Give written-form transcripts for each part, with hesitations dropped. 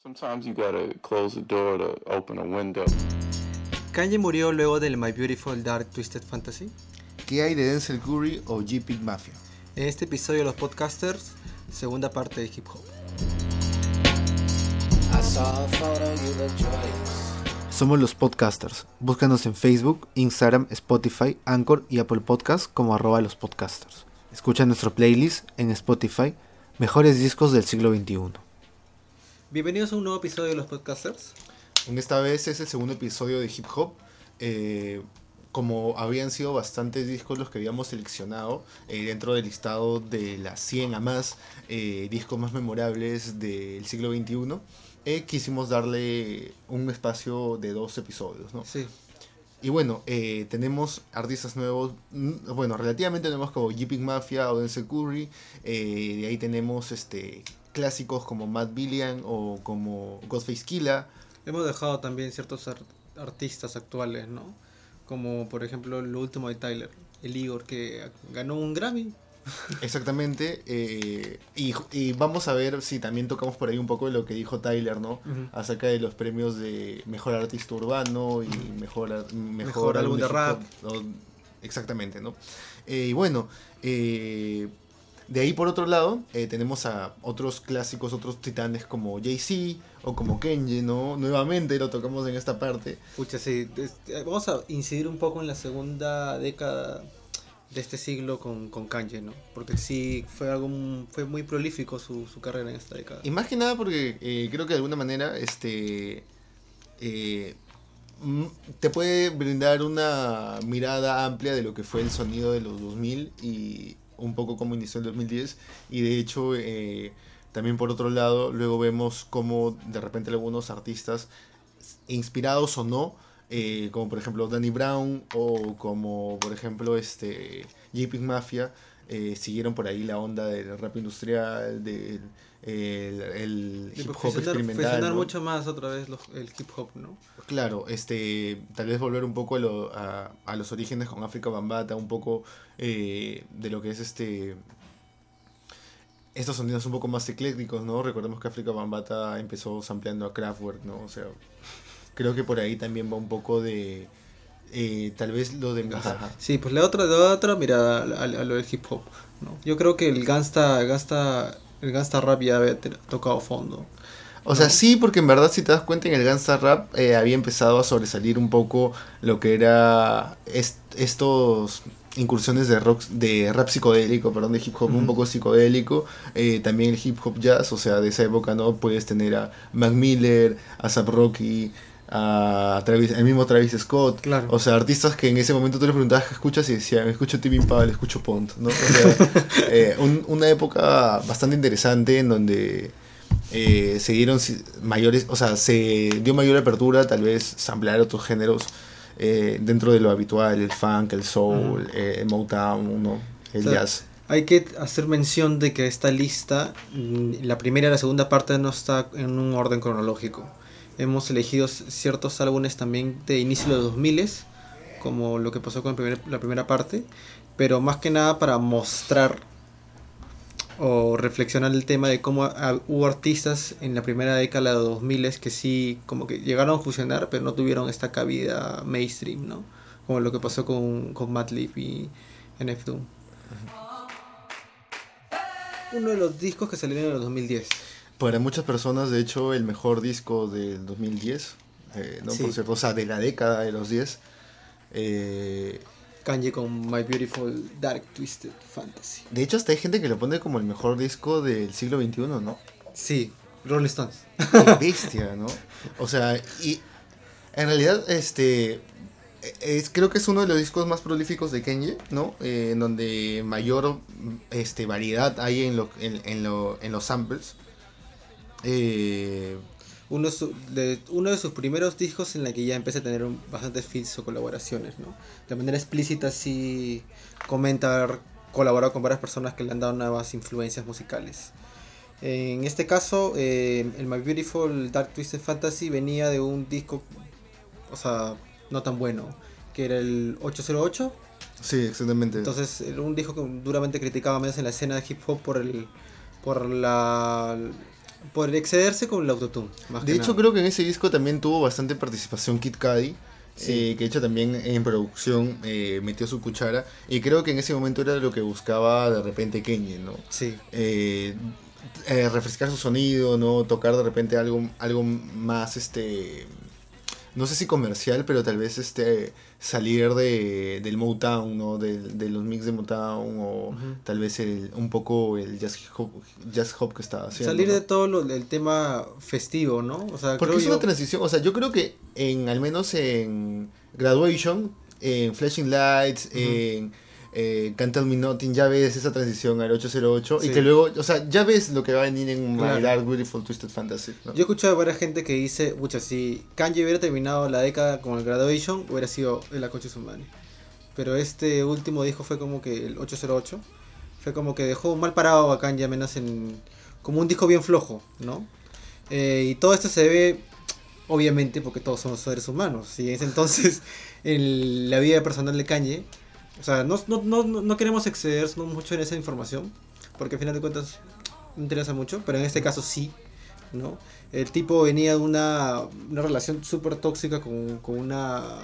Sometimes you gotta close the door to open a window. Kanye murió luego del My Beautiful Dark Twisted Fantasy. ¿Qué hay de Denzel Curry o G-Pig Mafia? En este episodio de los podcasters, segunda parte de hip hop. Somos los podcasters. Búscanos en Facebook, Instagram, Spotify, Anchor y Apple Podcasts como @lospodcasters. Escucha nuestro playlist en Spotify, Mejores Discos del Siglo XXI. Bienvenidos a un nuevo episodio de los podcasters. En esta vez es el segundo episodio de hip hop. Como habían sido bastantes discos los que habíamos seleccionado dentro del listado de las 100 a más discos más memorables del siglo XXI, quisimos darle un espacio de 2 episodios, ¿no? Sí. Y bueno, tenemos artistas nuevos, bueno, relativamente nuevos como G-Pig Mafia o Denzel Curry. De ahí tenemos clásicos como Matt Billion o como Ghostface Killah. Hemos dejado también ciertos artistas actuales, ¿no? Como por ejemplo el último de Tyler, el Igor, que ganó un Grammy. Exactamente, y vamos a ver si también tocamos por ahí un poco de lo que dijo Tyler, ¿no? Uh-huh. Acerca de los premios de Mejor Artista Urbano y Mejor Álbum de Rap. Exactamente, ¿no? Y bueno, de ahí por otro lado tenemos a otros clásicos, otros titanes como Jay-Z o como Kanye, ¿no? Nuevamente lo tocamos en esta parte. Pucha, sí, vamos a incidir un poco en la segunda década de este siglo con Kanye, ¿no? Porque sí fue muy prolífico su carrera en esta década. Y más que nada porque creo que de alguna manera te puede brindar una mirada amplia de lo que fue el sonido de los 2000 y un poco cómo inició el 2010. Y de hecho también por otro lado luego vemos cómo de repente algunos artistas, inspirados o no, como por ejemplo Danny Brown o como por ejemplo G-Pig Mafia, siguieron por ahí la onda del rap industrial, del el hip hop experimental, fusionar ¿no? mucho más otra vez el hip hop, ¿no? Claro, tal vez volver un poco a los orígenes con Afrika Bambaataa, un poco de lo que es estos sonidos un poco más eclécticos, ¿no? Recordemos que Afrika Bambaataa empezó sampleando a Kraftwerk, ¿no? O sea, creo que por ahí también va un poco de tal vez lo de... Sí, pues la otra mirada a lo del hip hop, ¿no? Yo creo que el gangsta rap ya había tocado fondo. O sea, sí, porque en verdad si te das cuenta en el gangsta rap había empezado a sobresalir un poco lo que era estos incursiones de rap psicodélico, perdón, de hip hop un poco psicodélico, también el hip hop jazz, o sea, de esa época, ¿no? Puedes tener a Mac Miller, a A$AP Rocky, a el mismo Travis Scott, claro. O sea, artistas que en ese momento tú les preguntabas qué escuchas y decían, escucho Tame Impala, escucho Pond, ¿no? O sea, una época bastante interesante en donde se dieron mayores, o sea, se dio mayor apertura, tal vez samplear otros géneros dentro de lo habitual, el funk, el soul, el Motown, ¿no? El jazz. Hay que hacer mención de que esta lista, la primera y la segunda parte, no está en un orden cronológico. Hemos elegido ciertos álbumes también de inicio de los 2000, como lo que pasó con la primera parte, pero más que nada para mostrar o reflexionar el tema de cómo hubo artistas en la primera década de los 2000 que sí como que llegaron a fusionar, pero no tuvieron esta cabida mainstream, ¿no? Como lo que pasó con Madlib y NF Doom. Uno de los discos que salieron en el 2010. Para muchas personas, de hecho, el mejor disco del 2010, ¿no? Sí. Por cierto, o sea, de la década de los 10. Kanye con My Beautiful Dark Twisted Fantasy. De hecho, hasta hay gente que lo pone como el mejor disco del siglo XXI, ¿no? Sí, Rolling Stones. Qué bestia, ¿no? O sea, y en realidad, creo que es uno de los discos más prolíficos de Kanye, ¿no? En donde mayor variedad hay en los samples. Uno de sus primeros discos en la que ya empecé a tener bastantes feats o colaboraciones, ¿no? De manera explícita sí colaborado con varias personas que le han dado nuevas influencias musicales. En este caso, el My Beautiful Dark Twisted Fantasy venía de un disco, o sea, no tan bueno, que era el 808. Sí, exactamente. Entonces era un disco que duramente criticaba más en la escena de hip hop por la por excederse con el autotune, más De que hecho, nada. creo que en ese disco también tuvo bastante participación Kid Cudi. Sí. Que de hecho también en producción metió su cuchara. Y creo que en ese momento era lo que buscaba de repente Kanye, ¿no? Sí, Eh, refrescar su sonido, ¿no? Tocar de repente algo más, no sé si comercial, pero tal vez salir del Motown, ¿no? De los mix de Motown o ujú. tal vez un poco el jazz hop que estaba haciendo, Salir ¿no? de todo el tema festivo, ¿no? O sea, Porque creo es una yo. transición, o sea, yo creo que al menos en Graduation, en Flashing Lights, Ujú. en Can't Tell Me Nothing, ya ves esa transición al 808 y que Sí, luego, o sea, ya ves lo que va a venir en My claro. Dark Beautiful Twisted Fantasy, ¿no? Yo he escuchado a varias gente que dice, pucha, si Kanye hubiera terminado la década con el Graduation, hubiera sido el Acoche Sumani. Pero este último disco fue como que el 808. Fue como que dejó mal parado a Kanye, al menos como un disco bien flojo, ¿no? Y todo esto se debe, obviamente, porque todos somos seres humanos. Y en ese entonces, en la vida personal de Kanye, o sea, no queremos excedernos mucho en esa información, porque al final de cuentas no interesa mucho, pero en este caso sí, ¿no? El tipo venía de una relación súper tóxica con una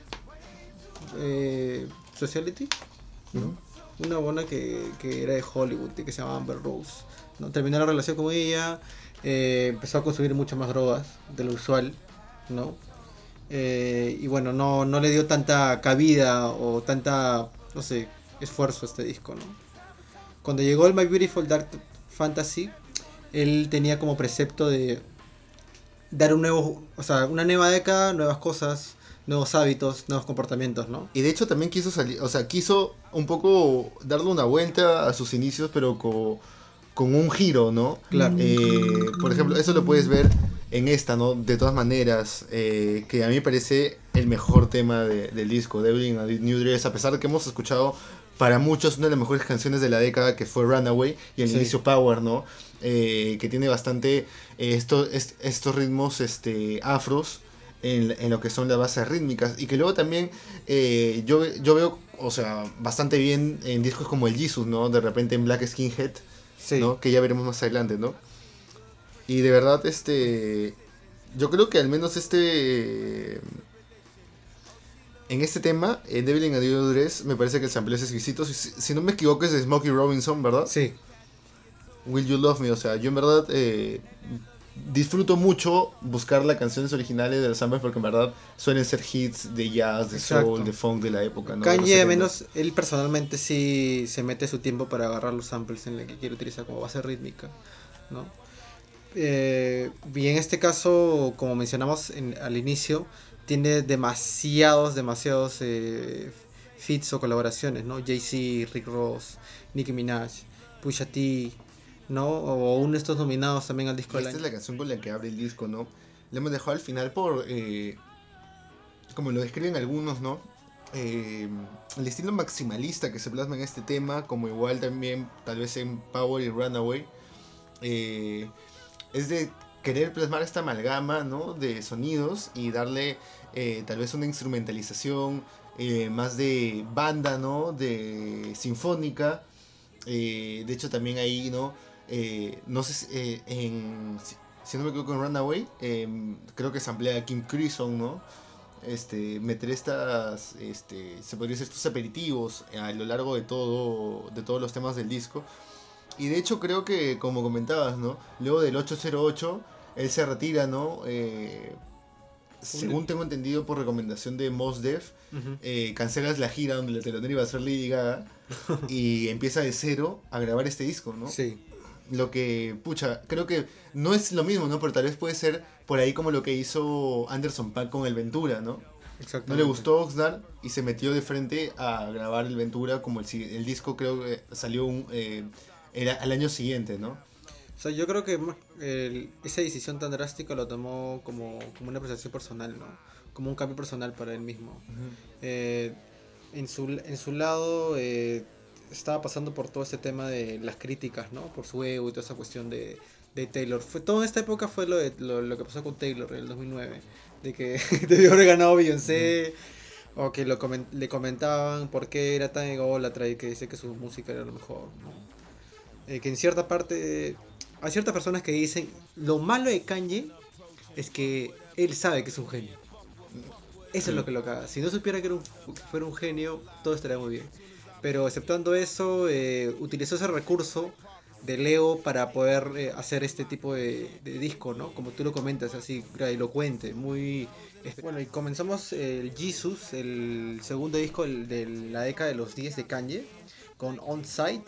sociality, ¿no? Ujú. Una buena que era de Hollywood y que se llamaba Amber Rose, ¿no? Terminó la relación con ella, empezó a consumir mucho más drogas de lo usual, ¿no? Y bueno, no le dio tanta cabida o tanta, no sé, esfuerzo a este disco, ¿no? Cuando llegó el My Beautiful Dark Fantasy, él tenía como precepto de dar un nuevo, o sea, una nueva década, nuevas cosas, nuevos hábitos, nuevos comportamientos, ¿no? Y de hecho también quiso salir, o sea, quiso un poco darle una vuelta a sus inicios, pero con un giro, ¿no? Claro. Por ejemplo, eso lo puedes ver en esta, ¿no? De todas maneras, que a mí me parece el mejor tema del disco, Devil in a New Dress, a pesar de que hemos escuchado para muchos una de las mejores canciones de la década, que fue Runaway, y el Sí. inicio Power, ¿no? Que tiene bastante estos ritmos afros en lo que son las bases rítmicas, y que luego también yo veo, o sea, bastante bien en discos como el Jesus, ¿no? De repente en Black Skinhead, Sí. ¿no? Que ya veremos más adelante, ¿no? Y de verdad, yo creo que al menos en este tema, Devil in a New Dress, me parece que el sample es exquisito. Si no me equivoco es de Smokey Robinson, ¿verdad? Sí. Will You Love Me, o sea, yo en verdad disfruto mucho buscar las canciones originales de los samples porque en verdad suelen ser hits de jazz, de Exacto. soul, de funk de la época, ¿no? De los Kanye, al 70. menos, él personalmente sí se mete su tiempo para agarrar los samples en los que quiere utilizar como base rítmica, ¿no? Y en este caso, como mencionamos al inicio, tiene demasiados feats o colaboraciones, ¿no? Jay-Z, Rick Ross, Nicki Minaj, Pusha T, ¿no? O uno de estos nominados también al disco del Esta es año. la canción con la que abre el disco, ¿no? Le hemos dejado al final por, como lo describen algunos, ¿no? El estilo maximalista que se plasma en este tema, como igual también tal vez en Power y Runaway, eh, es de querer plasmar esta amalgama, ¿no? De sonidos y darle tal vez una instrumentalización más de banda, ¿no? De sinfónica. De hecho también ahí, ¿no? No sé si no me equivoco en Runaway, creo que se emplea a Kim Crimson, ¿no? Meter se podría decir estos aperitivos a lo largo de todos los temas del disco. Y de hecho creo que, como comentabas, ¿no? Luego del 808, él se retira, ¿no? Según tengo entendido por recomendación de Mos Def, Ujú. cancelas la gira donde la telonera iba a ser Lady Gaga y empieza de cero a grabar este disco, ¿no? Sí, Lo que, pucha, creo que no es lo mismo, ¿no? Pero tal vez puede ser por ahí como lo que hizo Anderson .Paak con el Ventura, ¿no? exactamente. No le gustó Oxnard y se metió de frente a grabar el Ventura como el disco creo que salió al año siguiente, ¿no? O sea, yo creo que esa decisión tan drástica lo tomó como una apreciación personal, ¿no? Como un cambio personal para él mismo. Eh, en su lado estaba pasando por todo este tema de las críticas, ¿no? Por su ego y toda esa cuestión de Taylor. Toda esta época fue lo que pasó con Taylor en el 2009. De que debió haber ganado Beyoncé. O que le comentaban por qué era tan ególatra y que dice que su música era lo mejor, ¿no? Que en cierta parte hay ciertas personas que dicen, lo malo de Kanye es que él sabe que es un genio. Eso es lo que lo caga. Si no supiera que fuera un genio, todo estaría muy bien. Pero exceptuando eso, utilizó ese recurso de Leo para poder hacer este tipo de disco, ¿no? Como tú lo comentas, así elocuente, muy... Bueno, y comenzamos el Jesus, el segundo disco de la década de los 10 de Kanye, con On Site.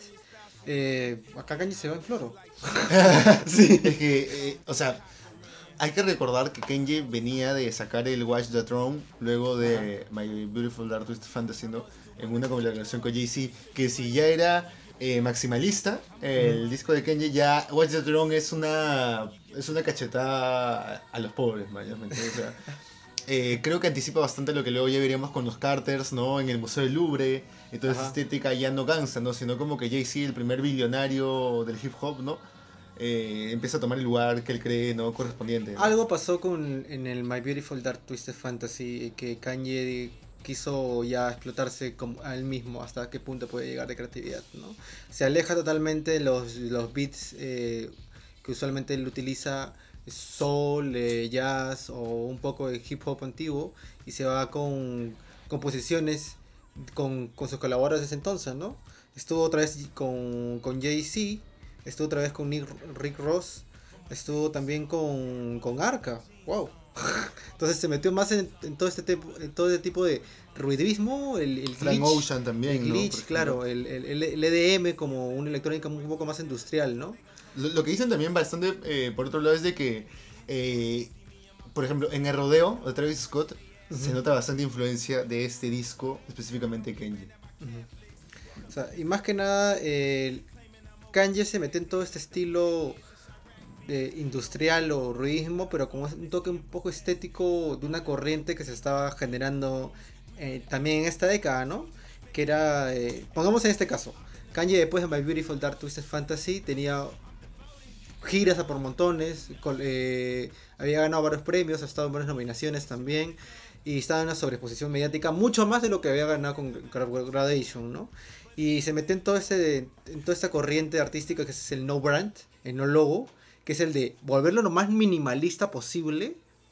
Acá Kanye se va en floro. Sí. Es que, o sea, hay que recordar que Kanye venía de sacar el Watch the Throne luego de My Beautiful Dark Twisted Fantasy, ¿no? En una colaboración con Jay-Z, que si ya era maximalista, el disco de Kanye, ya Watch the Throne es una cachetada a los pobres, man, ¿ya me entiendes? O sea, creo que anticipa bastante lo que luego ya veríamos con los Carters, ¿no? En el Museo del Louvre, y toda esa estética ya no gangsta, ¿no? Sino como que Jay-Z, el primer billonario del hip hop, ¿no? Empieza a tomar el lugar que él cree, ¿no? Correspondiente, ¿no? Algo pasó en el My Beautiful Dark Twisted Fantasy, que Kanye quiso ya explotarse como a él mismo, hasta qué punto puede llegar de creatividad, ¿no? Se aleja totalmente de los beats que usualmente él utiliza, soul, jazz o un poco de hip hop antiguo, y se va con composiciones con sus colaboradores de ese entonces, ¿no? Estuvo otra vez con Jay-Z, estuvo otra vez con Rick Ross, estuvo también con Arca, wow. Entonces se metió más en todo en todo este tipo de ruidismo, el Frank glitch, Ocean también, el ¿no? glitch, claro, el EDM como una electrónica un poco más industrial, ¿no? Lo que dicen también bastante, por otro lado, es de que, por ejemplo, en el rodeo de Travis Scott se nota bastante influencia de este disco, específicamente Kanye. O sea, y más que nada, Kanye se metió en todo este estilo industrial o ruidismo, pero con un toque un poco estético de una corriente que se estaba generando también en esta década, ¿no? Que era, pongamos en este caso, Kanye después de My Beautiful Dark Twisted Fantasy tenía giras a por montones, había ganado varios premios, ha estado en varias nominaciones también, y estaba en una sobreexposición mediática mucho más de lo que había ganado con Gradation, ¿no? Y se metió en toda esta corriente artística que es el no brand, el no logo, que es el de volverlo lo más minimalista posible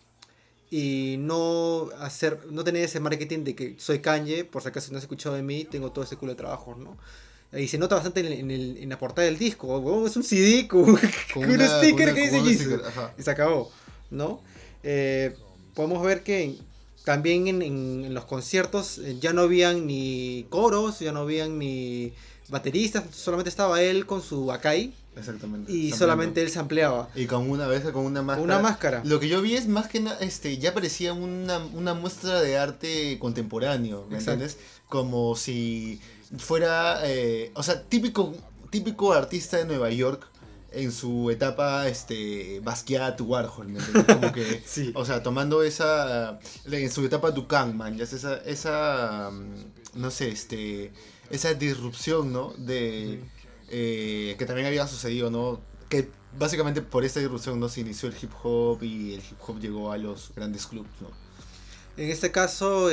y no tener ese marketing de que soy Kanye, por si acaso no has escuchado de mí, tengo todo ese culo de trabajos, ¿no? Y se nota bastante en la portada del disco, weón, es un CD con un sticker que dice Jesus. Y se acabó, ¿no? Podemos ver que también en los conciertos ya no habían ni coros, ya no habían ni bateristas, solamente estaba él con su Akai. Exactamente. Y solamente él se ampliaba. Y con una máscara. Una máscara. Lo que yo vi es más que nada, ya parecía una muestra de arte contemporáneo, ¿me entiendes? Como si fuera, o sea, típico artista de Nueva York en su etapa, Basquiat, Warhol, ¿me entiendes? Como que, sí. O sea, tomando en su etapa Duchamp, man, ya esa, no sé, esa disrupción, ¿no? Que también había sucedido, ¿no? Que básicamente por esta disrupción no se inició el hip hop y el hip hop llegó a los grandes clubs, ¿no? En este caso,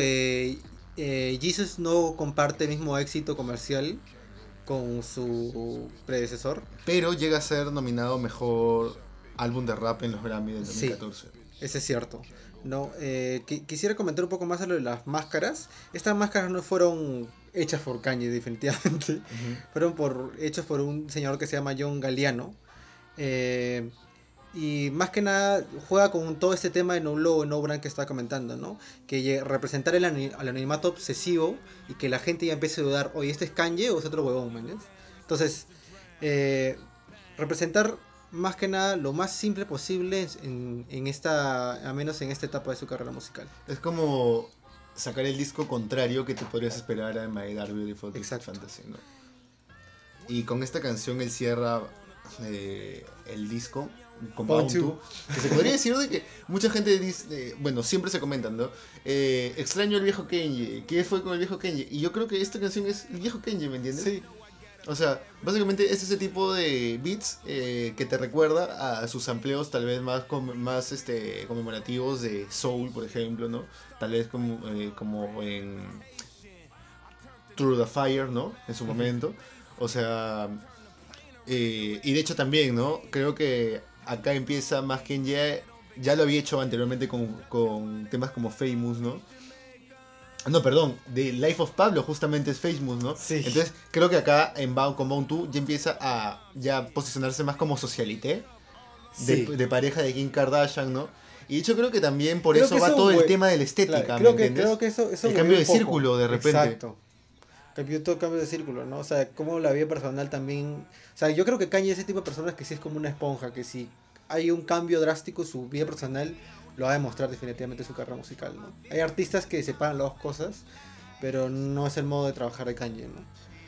Jesus no comparte el mismo éxito comercial con su predecesor. Pero llega a ser nominado mejor álbum de rap en los Grammy del 2014. Sí, ese es cierto. No, quisiera comentar un poco más sobre las máscaras. Estas máscaras no fueron hechas por Kanye, definitivamente. Fueron hechos por un señor que se llama John Galliano. Y más que nada juega con todo este tema de no logo, no brand que estaba comentando, ¿no? Que representar al anonimato obsesivo y que la gente ya empiece a dudar, oye, ¿este es Kanye o es otro huevón, man? Entonces, representar más que nada lo más simple posible al menos en esta etapa de su carrera musical. Es como sacar el disco contrario que te podrías esperar a My Dark Beautiful Fantasy, ¿no? Y con esta canción él cierra el disco con Bound To, que se podría decir de que mucha gente dice, bueno, siempre se comentan, ¿no? Extraño al viejo Kanye, ¿qué fue con el viejo Kanye? Y yo creo que esta canción es el viejo Kanye, ¿me entiendes? Sí. O sea, básicamente es ese tipo de beats que te recuerda a sus sampleos tal vez más conmemorativos de Soul, por ejemplo, ¿no? Tal vez como en Through the Fire, ¿no? En su momento. O sea, Y de hecho también, ¿no? Creo que acá empieza más que ya lo había hecho anteriormente con temas como Famous, ¿no? No, perdón, de Life of Pablo justamente es Famous, ¿no? Sí. Entonces creo que acá en Bound con Bound 2 ya empieza a ya posicionarse más como socialité Sí. de pareja de Kim Kardashian, ¿no? Y de hecho creo que también por Creo eso que va eso, todo el güey, tema de la estética, claro, ¿me entiendes? creo que eso El movió cambio un de poco. círculo de repente. Exacto. Cambió todo cambio de círculo, ¿no? O sea, como la vida personal también. O sea, yo creo que Kanye es ese tipo de personas que sí es como una esponja, que si hay un cambio drástico en su vida personal, lo va a demostrar definitivamente en su carrera musical, ¿no? Hay artistas que separan las dos cosas, pero no es el modo de trabajar de Kanye, ¿no?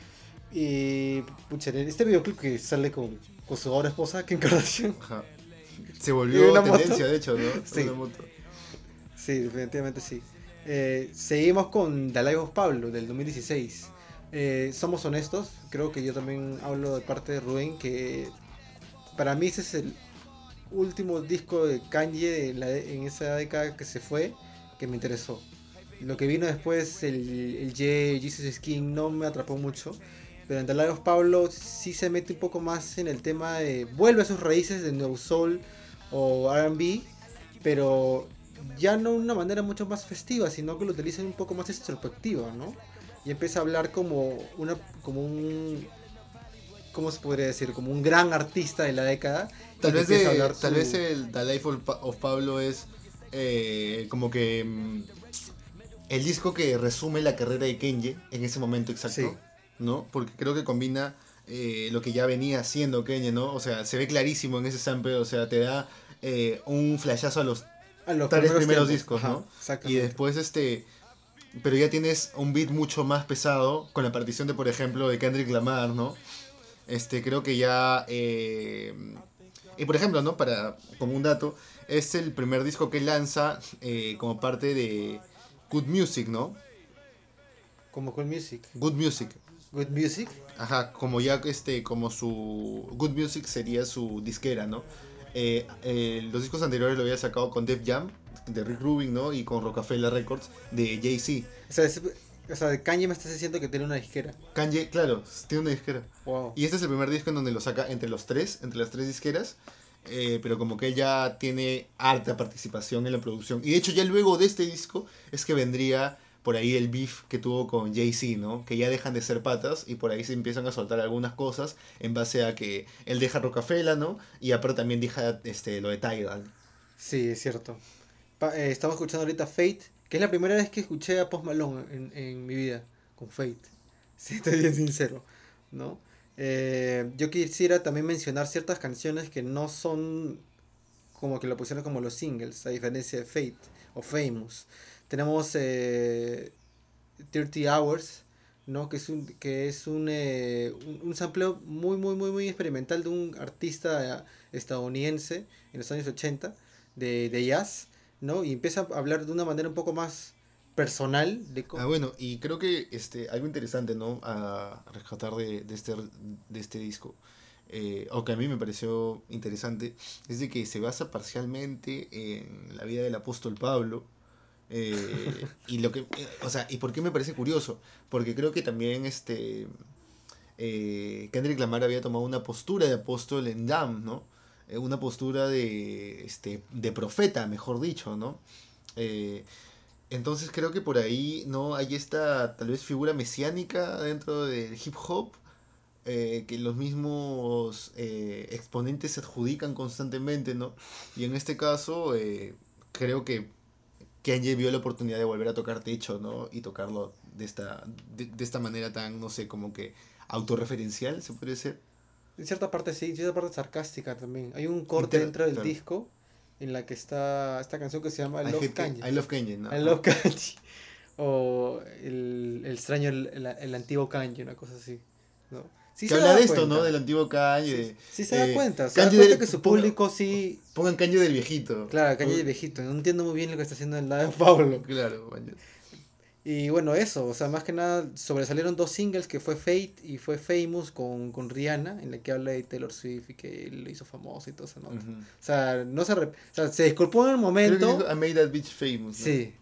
Y, pucha, en este videoclip que sale con su ahora esposa, Kim Kardashian. Ajá. Se ¿Y volvió una tendencia, moto? de hecho, ¿no? Sí. Una moto. Sí, definitivamente sí. Seguimos con The Life of Pablo del 2016. Somos honestos, creo que yo también hablo de parte de Rubén, que para mí ese es el último disco de Kanye en esa década que se fue, que me interesó. Lo que vino después, el Jesus is King, no me atrapó mucho. Pero en The Life of Pablo sí se mete un poco más en el tema de... Vuelve a sus raíces de Neo Soul o R&B, pero ya no de una manera mucho más festiva, sino que lo utiliza un poco más introspectiva, ¿no? Y empieza a hablar como un, ¿cómo se podría decir? Como un gran artista de la década. Tal y te vez, empieza a hablar tal vez el The Life of Pablo es como que el disco que resume la carrera de Kanye en ese momento exacto, Sí. ¿no? Porque creo que combina lo que ya venía haciendo Kanye, ¿no? O sea, se ve clarísimo en ese sample, o sea, te da un flashazo a los los tres primeros tiempos. discos, Ajá, ¿no? Y exactamente. después pero ya tienes un beat mucho más pesado con la partición de, por ejemplo, de Kendrick Lamar, ¿no? Creo que ya y por ejemplo, ¿no? Como un dato, es el primer disco que lanza como parte de Good Music, ¿no? Como Cool Music. Good Music. Good Music. Ajá, como ya como su Good Music sería su disquera, ¿no? Los discos anteriores lo había sacado con Def Jam de Rick Rubin, ¿no? Y con Rockefeller Records de Jay-Z. O sea, de Kanye me estás diciendo que tiene una disquera. Kanye, claro, tiene una disquera. Wow. Y este es el primer disco en donde lo saca entre las tres disqueras. Pero como que él ya tiene harta participación en la producción. Y de hecho ya luego de este disco es que vendría por ahí el beef que tuvo con Jay-Z, ¿no? Que ya dejan de ser patas y por ahí se empiezan a soltar algunas cosas en base a que él deja Rockefeller, ¿no? Y aparte también deja lo de Tidal. Sí, es cierto. Estamos escuchando ahorita Fate, que es la primera vez que escuché a Post Malone en mi vida, con Fate. Si estoy bien sincero, ¿no? Yo quisiera también mencionar ciertas canciones que no son como que lo pusieron como los singles, a diferencia de Fate o Famous. Tenemos 30 Hours, ¿no? Que es un sampleo muy experimental de un artista estadounidense en los años 80 de jazz, ¿no? Y empieza a hablar de una manera un poco más personal de Bueno, y creo que algo interesante, ¿no? A rescatar de este disco, o que a mí me pareció interesante, es de que se basa parcialmente en la vida del apóstol Pablo. Y lo que o sea, ¿y por qué me parece curioso? Porque creo que también Kendrick Lamar había tomado una postura de apóstol en Damn, ¿no? Una postura de profeta, mejor dicho, ¿no? Entonces creo que por ahí no hay esta tal vez figura mesiánica dentro del hip hop, que los mismos exponentes se adjudican constantemente, ¿no? Y en este caso creo que Kanye vio la oportunidad de volver a tocar techo, ¿no? Y tocarlo de esta manera tan, no sé, como que autorreferencial, ¿se puede decir? En cierta parte sí, en cierta parte sarcástica también. Hay un corte dentro del claro. disco en la que está esta canción que se llama I Love Kanye. I Love Kanye, ¿no? I Love Kanye. O el extraño, el antiguo Kanye, una cosa así, ¿no? Sí que se habla da de esto, cuenta. ¿no? Del antiguo Kanye. Sí se da cuenta. Se Kanye da cuenta del- que su ponga- público sí... Pongan Kanye del viejito. Claro, Kanye de viejito. No entiendo muy bien lo que está haciendo el lado de Pablo. Claro, man. Y bueno, eso, o sea, más que nada sobresalieron dos singles que fue Fate y fue Famous con Rihanna, en la que habla de Taylor Swift y que lo hizo famoso y todo eso, ¿no? Ujú. O sea, no se, o sea, se disculpó en el Creo que momento. dijo, I made that bitch famous, ¿no? Sí,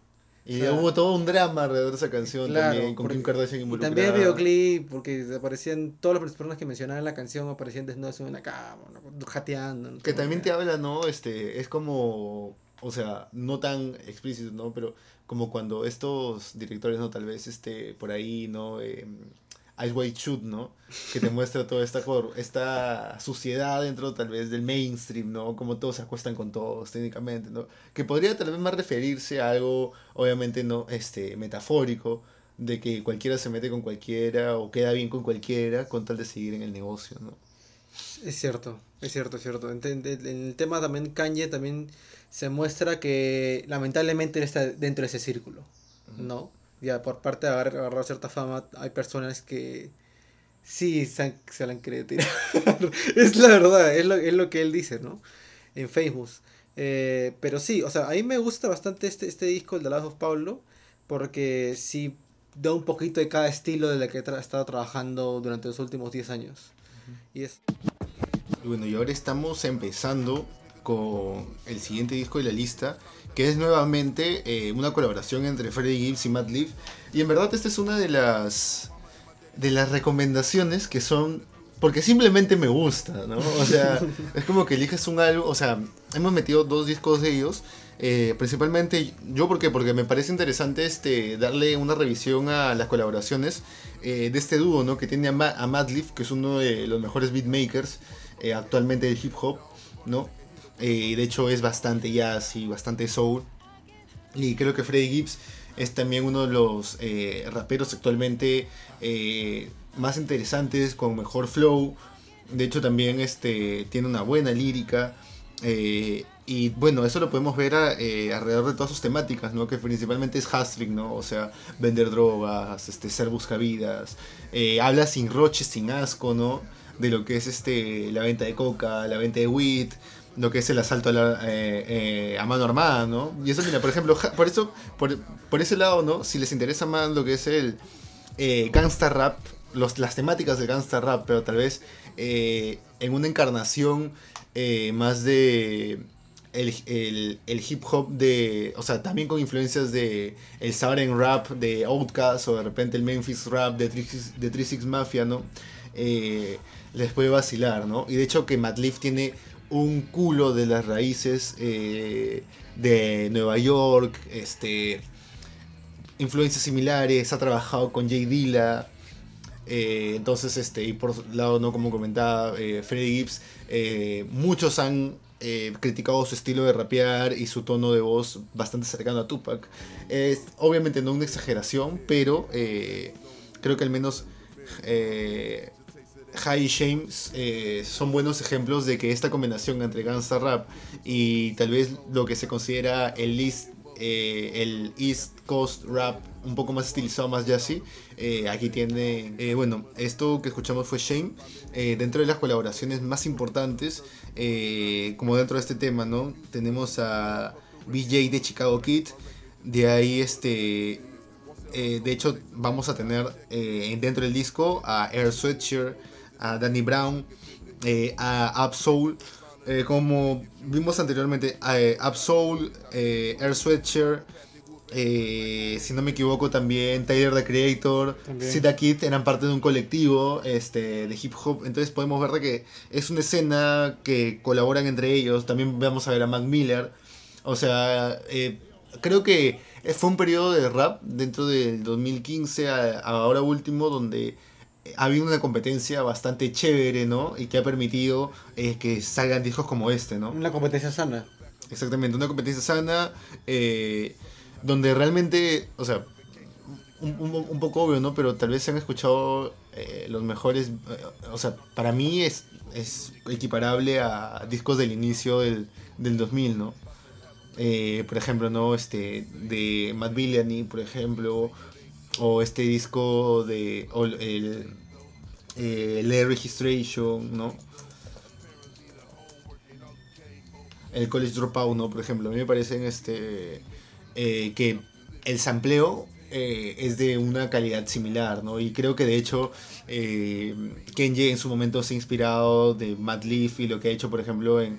Y O sea, hubo todo un drama alrededor de esa canción claro, también, con Kim Kardashian y involucrada. también el videoclip, porque aparecían todas las personas que mencionaban en la canción, aparecían desnudos en una cama, ¿no? Jateando, ¿no? Que Como también que- te habla, ¿no? Es como, o sea, no tan explícito, ¿no? Pero como cuando estos directores, ¿no? Tal vez, por ahí, ¿no? Ice White Shoot, ¿no? Que te muestra toda esta suciedad dentro, tal vez, del mainstream, ¿no? Como todos se acuestan con todos, técnicamente, ¿no? Que podría tal vez más referirse a algo, obviamente, ¿no? Metafórico, de que cualquiera se mete con cualquiera o queda bien con cualquiera con tal de seguir en el negocio, ¿no? Es cierto, es cierto, es cierto. En el tema también Kanye también se muestra que lamentablemente él está dentro de ese círculo, ¿no? Ya por parte de agarrar cierta fama, hay personas que sí se la han querido tirar. Es la verdad, es lo que él dice, ¿no? En Facebook. Pero sí, o sea, a mí me gusta bastante este disco, el de Last of Pablo, porque sí da un poquito de cada estilo de la que he estado trabajando durante los últimos 10 años. Y es Y bueno, y ahora estamos empezando con el siguiente disco de la lista, que es nuevamente una colaboración entre Freddie Gibbs y Matt Leaf. Y en verdad esta es una de las recomendaciones que son porque simplemente me gusta, ¿no? O sea, es como que eliges un álbum, o sea, hemos metido dos discos de ellos. Principalmente yo, ¿por qué? Porque me parece interesante darle una revisión a las colaboraciones de este dúo, ¿no? Que tiene a Matt Leaf, que es uno de los mejores beatmakers actualmente del hip hop, ¿no? De hecho es bastante jazz y bastante soul. Y creo que Freddie Gibbs es también uno de los raperos actualmente más interesantes, con mejor flow. De hecho también tiene una buena lírica. Y bueno, eso lo podemos ver alrededor de todas sus temáticas, ¿no? Que principalmente es hustling, ¿no? O sea, vender drogas, ser buscavidas. Habla sin roche, sin asco, ¿no? De lo que es la venta de coca, la venta de weed, lo que es el asalto a mano armada, ¿no? Y eso, mira, por ejemplo, por ese lado, ¿no? Si les interesa más lo que es el gangsta rap, las temáticas del gangsta rap, pero tal vez en una encarnación más de el hip hop o sea, también con influencias de el Southern rap de Outkast o de repente el Memphis rap de 3 6 Mafia, ¿no? Les puede vacilar, ¿no? Y de hecho que Matt Leaf tiene un culo de las raíces de Nueva York, influencias similares, ha trabajado con Jay Dilla. Entonces, y por otro lado, ¿no? Como comentaba Freddie Gibbs, muchos han criticado su estilo de rapear y su tono de voz bastante cercano a Tupac. Obviamente no una exageración, pero creo que al menos High James son buenos ejemplos de que esta combinación entre gangsta rap y tal vez lo que se considera el East Coast rap un poco más estilizado, más jazzy. Aquí tiene, bueno, esto que escuchamos fue Shame, dentro de las colaboraciones más importantes, como dentro de este tema, ¿no? Tenemos a BJ de Chicago Kid, de ahí de hecho vamos a tener dentro del disco a Air Sweatshirt, a Danny Brown, a Ab-Soul. Como vimos anteriormente, Ab-Soul, Air Sweatshirt, si no me equivoco también Tyler the Creator, También. Sida Kid eran parte de un colectivo de hip hop. Entonces podemos ver de que es una escena que colaboran entre ellos. También vamos a ver a Mac Miller. O sea, creo que fue un periodo de rap dentro del 2015 a ahora último donde ha habido una competencia bastante chévere, ¿no? Y que ha permitido que salgan discos como este, ¿no? una competencia sana. Exactamente, una competencia sana, donde realmente, o sea, un poco obvio, ¿no? Pero tal vez se han escuchado los mejores, o sea, para mí es equiparable a discos del inicio del 2000, ¿no? Por ejemplo, ¿no? De Matt Villani, por ejemplo, o este disco de Late Registration, ¿no? El College Dropout, ¿no? Por ejemplo, a mí me parecen que el sampleo es de una calidad similar, ¿no? Y creo que de hecho Kenji en su momento se ha inspirado de Matt Leaf y lo que ha hecho, por ejemplo,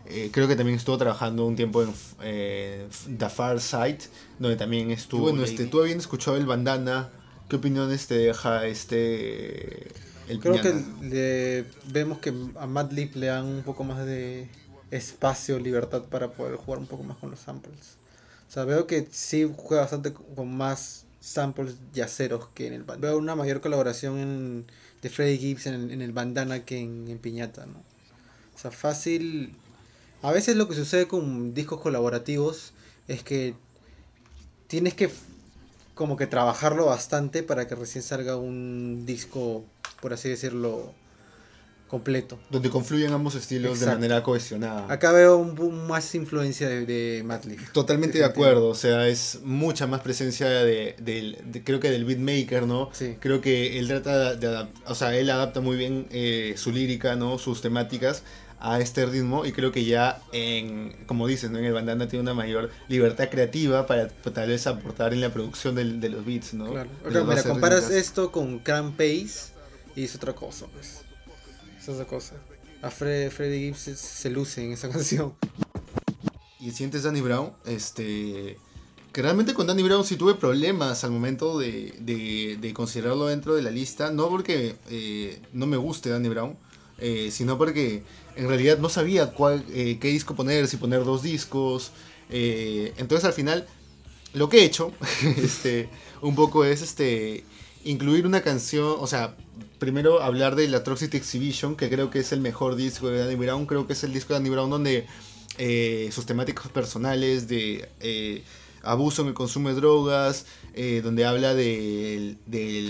creo que también estuvo trabajando un tiempo en The Far Side, donde también estuvo. Y bueno, tú habiendo escuchado el Bandana, ¿qué opiniones te deja el Creo Piñata? que vemos que a Madlib le dan un poco más de espacio, libertad para poder jugar un poco más con los samples. O sea, veo que sí juega bastante con más samples yaceros que en el Bandana. Veo una mayor colaboración de Freddie Gibbs en el Bandana que en Piñata, ¿no? O sea, fácil. A veces lo que sucede con discos colaborativos es que tienes que como que trabajarlo bastante para que recién salga un disco, por así decirlo, completo. Donde confluyen ambos estilos. Exacto. De manera cohesionada. Acá veo más influencia de Madlib. Totalmente de acuerdo, o sea, es mucha más presencia creo que del beatmaker, ¿no? Sí. Creo que él trata o sea, él adapta muy bien su lírica, ¿no? Sus temáticas a este ritmo, y creo que ya como dices, ¿no? En el Bandana tiene una mayor libertad creativa para tal vez aportar en la producción de los beats, ¿no? Claro. Mira, comparas esto con Cran Pace y es otra cosa, pues. Es otra cosa. A Freddie Gibbs se luce en esa canción. Y el siguiente es Danny Brown, que realmente con Danny Brown sí tuve problemas al momento de considerarlo dentro de la lista, no porque no me guste Danny Brown, sino porque en realidad no sabía qué disco poner, si poner 2 discos. Entonces al final lo que he hecho un poco es incluir una canción, o sea, primero hablar de la Toxic Exhibition, que creo que es el mejor disco de Danny Brown. Creo que es el disco de Danny Brown donde sus temáticas personales de abuso en el consumo de drogas, donde habla de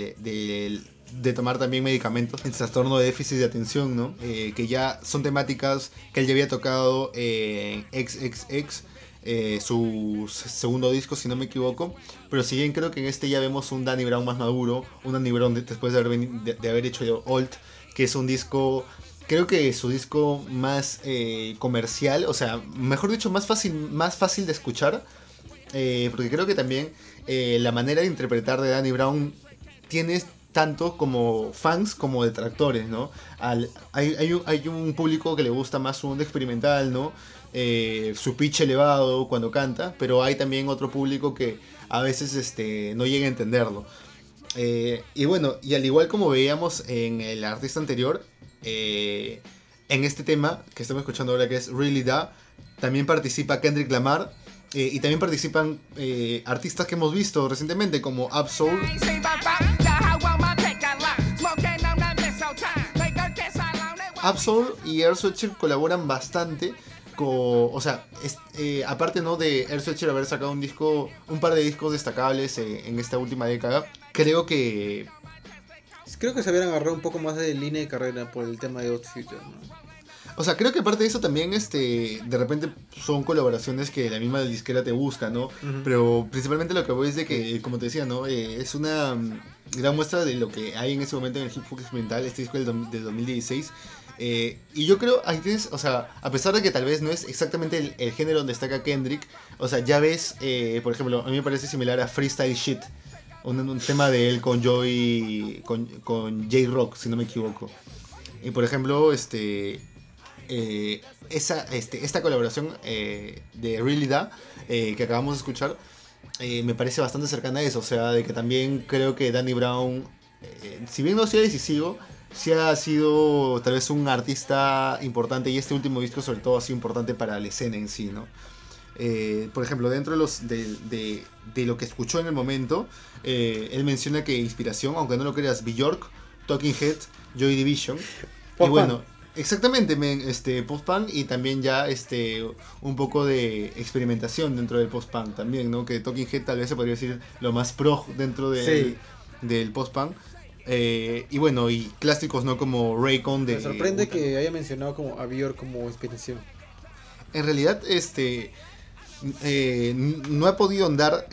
tomar también medicamentos, el trastorno de déficit de atención, ¿no? Que ya son temáticas que él ya había tocado en XXX, su segundo disco, si no me equivoco. Pero si bien creo que en este ya vemos un Danny Brown más maduro, un Danny Brown después de haber hecho Old, que es un disco, creo que su disco más comercial, o sea, mejor dicho, más fácil de escuchar, porque creo que también la manera de interpretar de Danny Brown tiene tanto como fans como detractores, ¿no? Hay un público que le gusta más su onda experimental, ¿no? Su pitch elevado cuando canta, pero hay también otro público que a veces no llega a entenderlo. Y bueno, y al igual como veíamos en el artista anterior, en este tema que estamos escuchando ahora, que es Really Da, también participa Kendrick Lamar, y también participan artistas que hemos visto recientemente como Ab-Soul. Ab-Soul y Air Sweatshirt colaboran bastante o sea, aparte, ¿no?, de Air Sweatshirt haber sacado un par de discos destacables en esta última década, creo que se habían agarrado un poco más de línea de carrera por el tema de Odd Future, ¿no? O sea, creo que aparte de eso también de repente son colaboraciones que la misma disquera te busca, ¿no? Uh-huh. Pero principalmente lo que voy es de que, como te decía, ¿no? Es una gran muestra de lo que hay en ese momento en el hip hop experimental, este disco del 2016. Y yo creo, ahí tienes, o sea, a pesar de que tal vez no es exactamente el género donde destaca Kendrick, o sea, ya ves, por ejemplo, a mí me parece similar a Freestyle Shit, un tema de él con con J-Rock, si no me equivoco. Y por ejemplo, esta colaboración de Really Da, que acabamos de escuchar, me parece bastante cercana a eso. O sea, de que también creo que Danny Brown, si bien no sea decisivo, sí ha sido tal vez un artista importante, y este último disco sobre todo ha sido importante para la escena en sí, ¿no? Por ejemplo, dentro de lo que escuchó en el momento, él menciona que inspiración, aunque no lo creas, Bjork, Talking Heads, Joy Division. Y bueno, exactamente, post-punk, y también ya un poco de experimentación dentro del post-punk también, ¿no? Que Talking Head tal vez se podría decir lo más pro dentro del post-punk. Y bueno, y clásicos, ¿no? Como Raycon de... Me sorprende que haya mencionado como a Bjork como inspiración. En realidad, no ha podido andar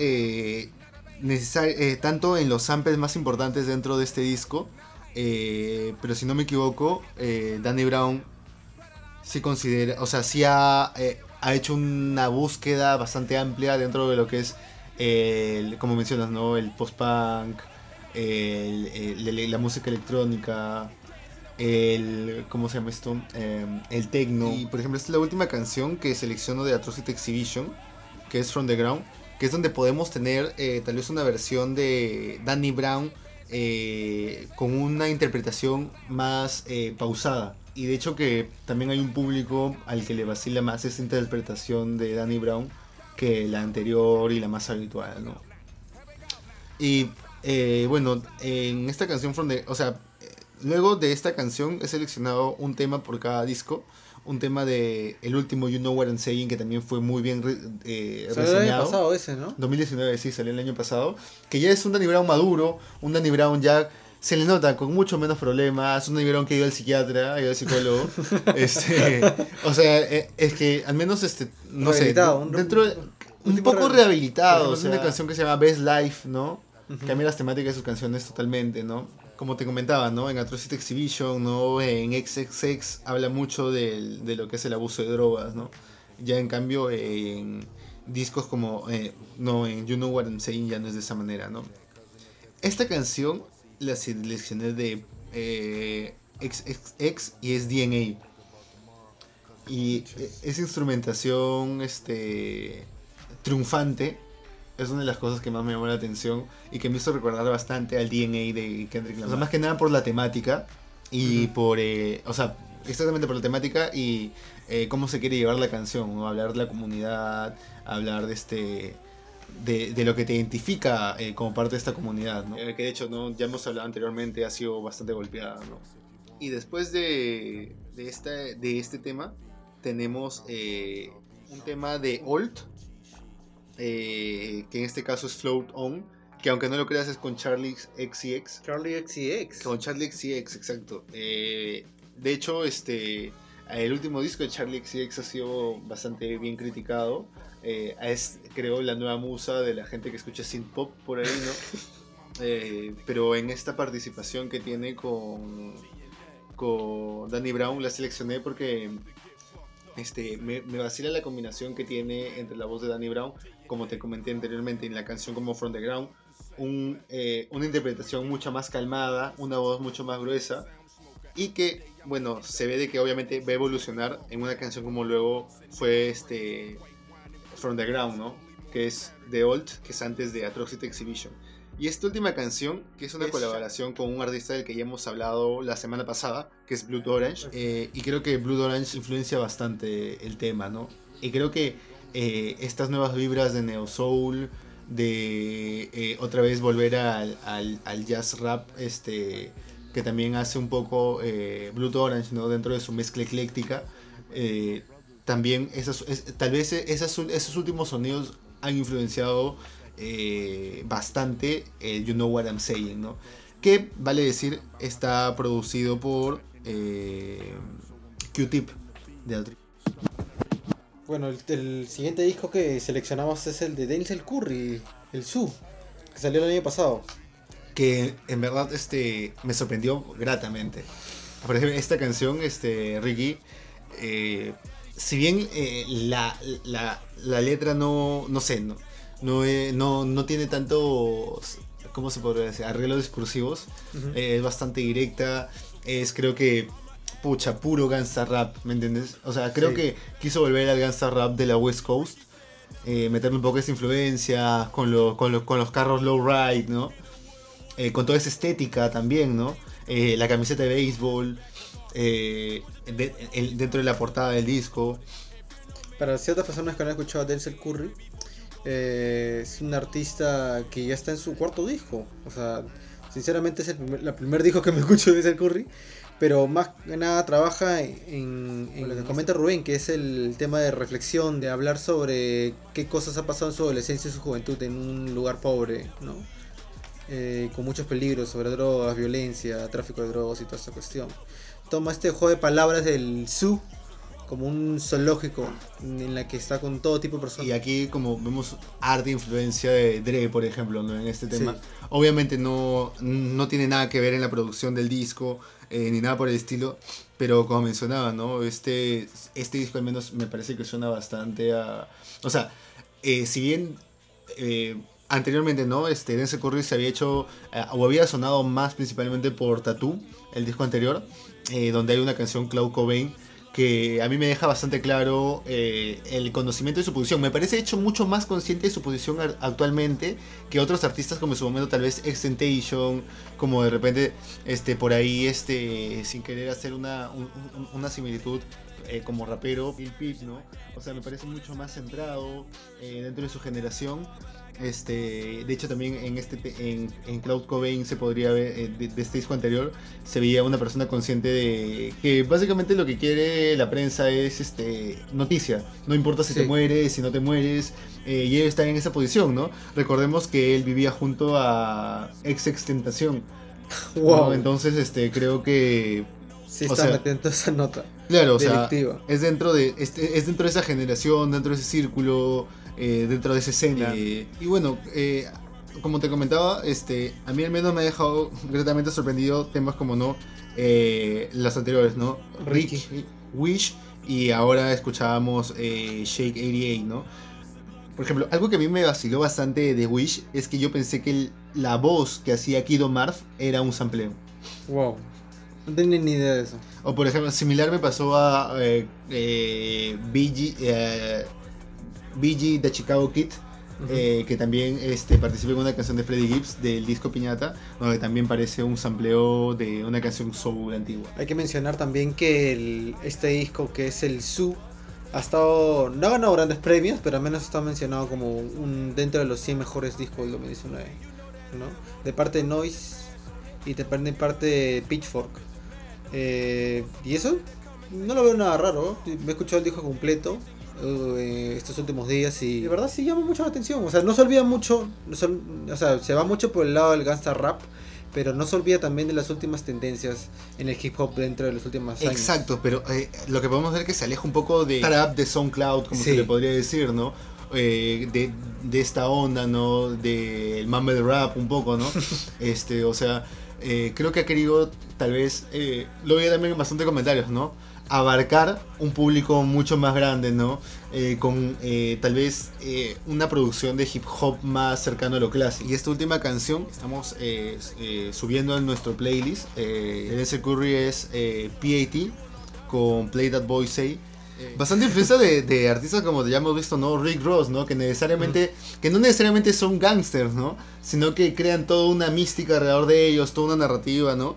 tanto en los samples más importantes dentro de este disco. Pero si no me equivoco, Danny Brown sí considera, o sea, sí ha hecho una búsqueda bastante amplia dentro de lo que es, como mencionas, ¿no? El post-punk, la música electrónica, ¿cómo se llama esto? El techno. Y por ejemplo, esta es la última canción que selecciono de Atrocity Exhibition, que es From the Ground, que es donde podemos tener tal vez una versión de Danny Brown con una interpretación más pausada. Y de hecho que también hay un público al que le vacila más esta interpretación de Danny Brown que la anterior y la más habitual, ¿no? Y bueno, en esta canción luego de esta canción he seleccionado un tema por cada disco. Un tema de el último You Know What I'm Saying, que también fue muy bien Salió el año reseñado. pasado ese, ¿no? 2019, sí, salió el año pasado. Que ya es un Danny Brown maduro, un Danny Brown ya se le nota con mucho menos problemas, un Danny Brown que ha ido al psiquiatra, ha ido al psicólogo. O sea, es que al menos, no sé, dentro un poco rehabilitado. Es una canción que se llama Best Life, ¿no? Uh-huh. Cambia las temáticas de sus canciones totalmente, ¿no? Como te comentaba, ¿no? En Atrocity Exhibition, ¿no? En XXX habla mucho de lo que es el abuso de drogas, ¿no? Ya en cambio en discos como no, en You Know What I'm Saying ya no es de esa manera, ¿no? Esta canción la seleccioné de XXX y es DNA. Y esa instrumentación triunfante es una de las cosas que más me llamó la atención y que me hizo recordar bastante al DNA de Kendrick Lamar. O sea, más que nada por la temática y por, exactamente por la temática y cómo se quiere llevar la canción, ¿no? Hablar de la comunidad, hablar de lo que te identifica como parte de esta comunidad, ¿no? Que de hecho, ¿no? Ya hemos hablado anteriormente, ha sido bastante golpeada, ¿no? Y después de este tema tenemos un tema de Olt, que en este caso es Float On, que aunque no lo creas es con Charlie XCX. Charlie XCX. Con Charlie XCX, exacto. De hecho, el último disco de Charlie XCX ha sido bastante bien criticado. Es, creo, la nueva musa de la gente que escucha synth pop por ahí, ¿no? Pero en esta participación que tiene con Danny Brown la seleccioné porque me vacila la combinación que tiene entre la voz de Danny Brown, como te comenté anteriormente en la canción como From the Ground, una interpretación mucho más calmada, una voz mucho más gruesa y que, bueno, se ve de que obviamente va a evolucionar en una canción como luego fue From the Ground, ¿no? Que es The Old, que es antes de Atrocity Exhibition. Y esta última canción, que es una colaboración con un artista del que ya hemos hablado la semana pasada, que es Blood Orange, y creo que Blood Orange influencia bastante el tema, ¿no? Y creo que estas nuevas vibras de Neo Soul, de otra vez volver al jazz rap, que también hace un poco Blood Orange, ¿no? Dentro de su mezcla ecléctica, también tal vez esos últimos sonidos han influenciado bastante el You Know What I'm Saying, ¿no? Que, vale decir, está producido por Q-Tip de Altri. Bueno, el siguiente disco que seleccionamos es el de Denzel Curry, el Su, que salió el año pasado. Que en verdad me sorprendió gratamente. Por ejemplo, esta canción, Ricky, si bien la letra no tiene tantos, ¿cómo se podría decir? Arreglos discursivos. Uh-huh. Es bastante directa. Creo que, puro gangsta rap, ¿me entiendes? O sea, creo que quiso volver al gangsta rap de la West Coast. Meterle un poco esa influencia con los carros lowride, ¿no? Con toda esa estética también, ¿no? La camiseta de béisbol, dentro de la portada del disco. Para ciertas personas que no han escuchado a Denzel Curry, es un artista que ya está en su cuarto disco. O sea, sinceramente es el primer disco que me escucho de Denzel Curry. Pero más que nada trabaja en lo que comenta Rubén, que es el tema de reflexión, de hablar sobre qué cosas ha pasado en su adolescencia y su juventud en un lugar pobre, ¿no? Con muchos peligros sobre drogas, violencia, tráfico de drogas y toda esta cuestión. Toma este juego de palabras del Zoo como un zoológico en la que está con todo tipo de personas. Y aquí como vemos arte influencia de Dre, por ejemplo, ¿no? En este tema. Sí. Obviamente no tiene nada que ver en la producción del disco, ni nada por el estilo, pero como mencionaba, ¿no? Este disco al menos me parece que suena bastante a... O sea, si bien anteriormente, ¿no? Denzel Curry se había hecho, o había sonado más principalmente por Tattoo, el disco anterior, donde hay una canción, Cloud Cobain, que a mí me deja bastante claro el conocimiento de su posición. Me parece hecho mucho más consciente de su posición actualmente que otros artistas como en su momento tal vez XXXTentacion, como de repente por ahí sin querer hacer una similitud como rapero, Lil Peep, ¿no? O sea, me parece mucho más centrado dentro de su generación. De hecho también en Cloud Cobain se podría ver de este disco anterior se veía una persona consciente de que básicamente lo que quiere la prensa es noticia, no importa si te mueres, si no te mueres, y él está en esa posición, ¿no? Recordemos que él vivía junto a XXXTentacion. Wow. ¿No? Entonces creo que sí está metiendo esa nota. Claro, o delictiva. sea, es dentro de esa generación, dentro de ese círculo, dentro de esa escena. Y bueno, como te comentaba, a mí al menos me ha dejado gratamente sorprendido temas como las anteriores, ¿no? Ricky, Wish, y ahora escuchábamos Shake 88, ¿no? Por ejemplo, algo que a mí me vaciló bastante de Wish es que yo pensé que la voz que hacía Kido Marv era un sampleo. Wow. No tenía ni idea de eso. O por ejemplo, similar me pasó a BG The Chicago Kid, que también participó en una canción de Freddie Gibbs del disco Piñata, donde también parece un sampleo de una canción soul antigua. Hay que mencionar también que este disco, que es el Su, ha estado, no ha ganado grandes premios, pero al menos está mencionado como dentro de los 100 mejores discos del 2019, ¿no? De parte de Noise y de parte de Pitchfork. Y eso no lo veo nada raro. Me he escuchado el disco completo estos últimos días y de verdad sí llama mucho la atención. O sea, no se olvida mucho, o sea, se va mucho por el lado del gangsta rap, pero no se olvida también de las últimas tendencias en el hip hop dentro de los últimos años. Exacto, pero lo que podemos ver es que se aleja un poco de trap de SoundCloud, como se le podría decir, ¿no? De esta onda, ¿no? Del mumble rap un poco, ¿no? O sea, creo que ha querido, tal vez, lo veía también en bastantes comentarios, ¿no? Abarcar un público mucho más grande, ¿no? Con tal vez una producción de hip hop más cercano a lo clásico. Y esta última canción que estamos subiendo en nuestro playlist de Denzel Curry es PAT con Play That Boy Say. Bastante influencia de artistas como ya hemos visto, ¿no? Rick Ross, ¿no? Que no necesariamente son gangsters, ¿no? Sino que crean toda una mística alrededor de ellos, toda una narrativa, ¿no?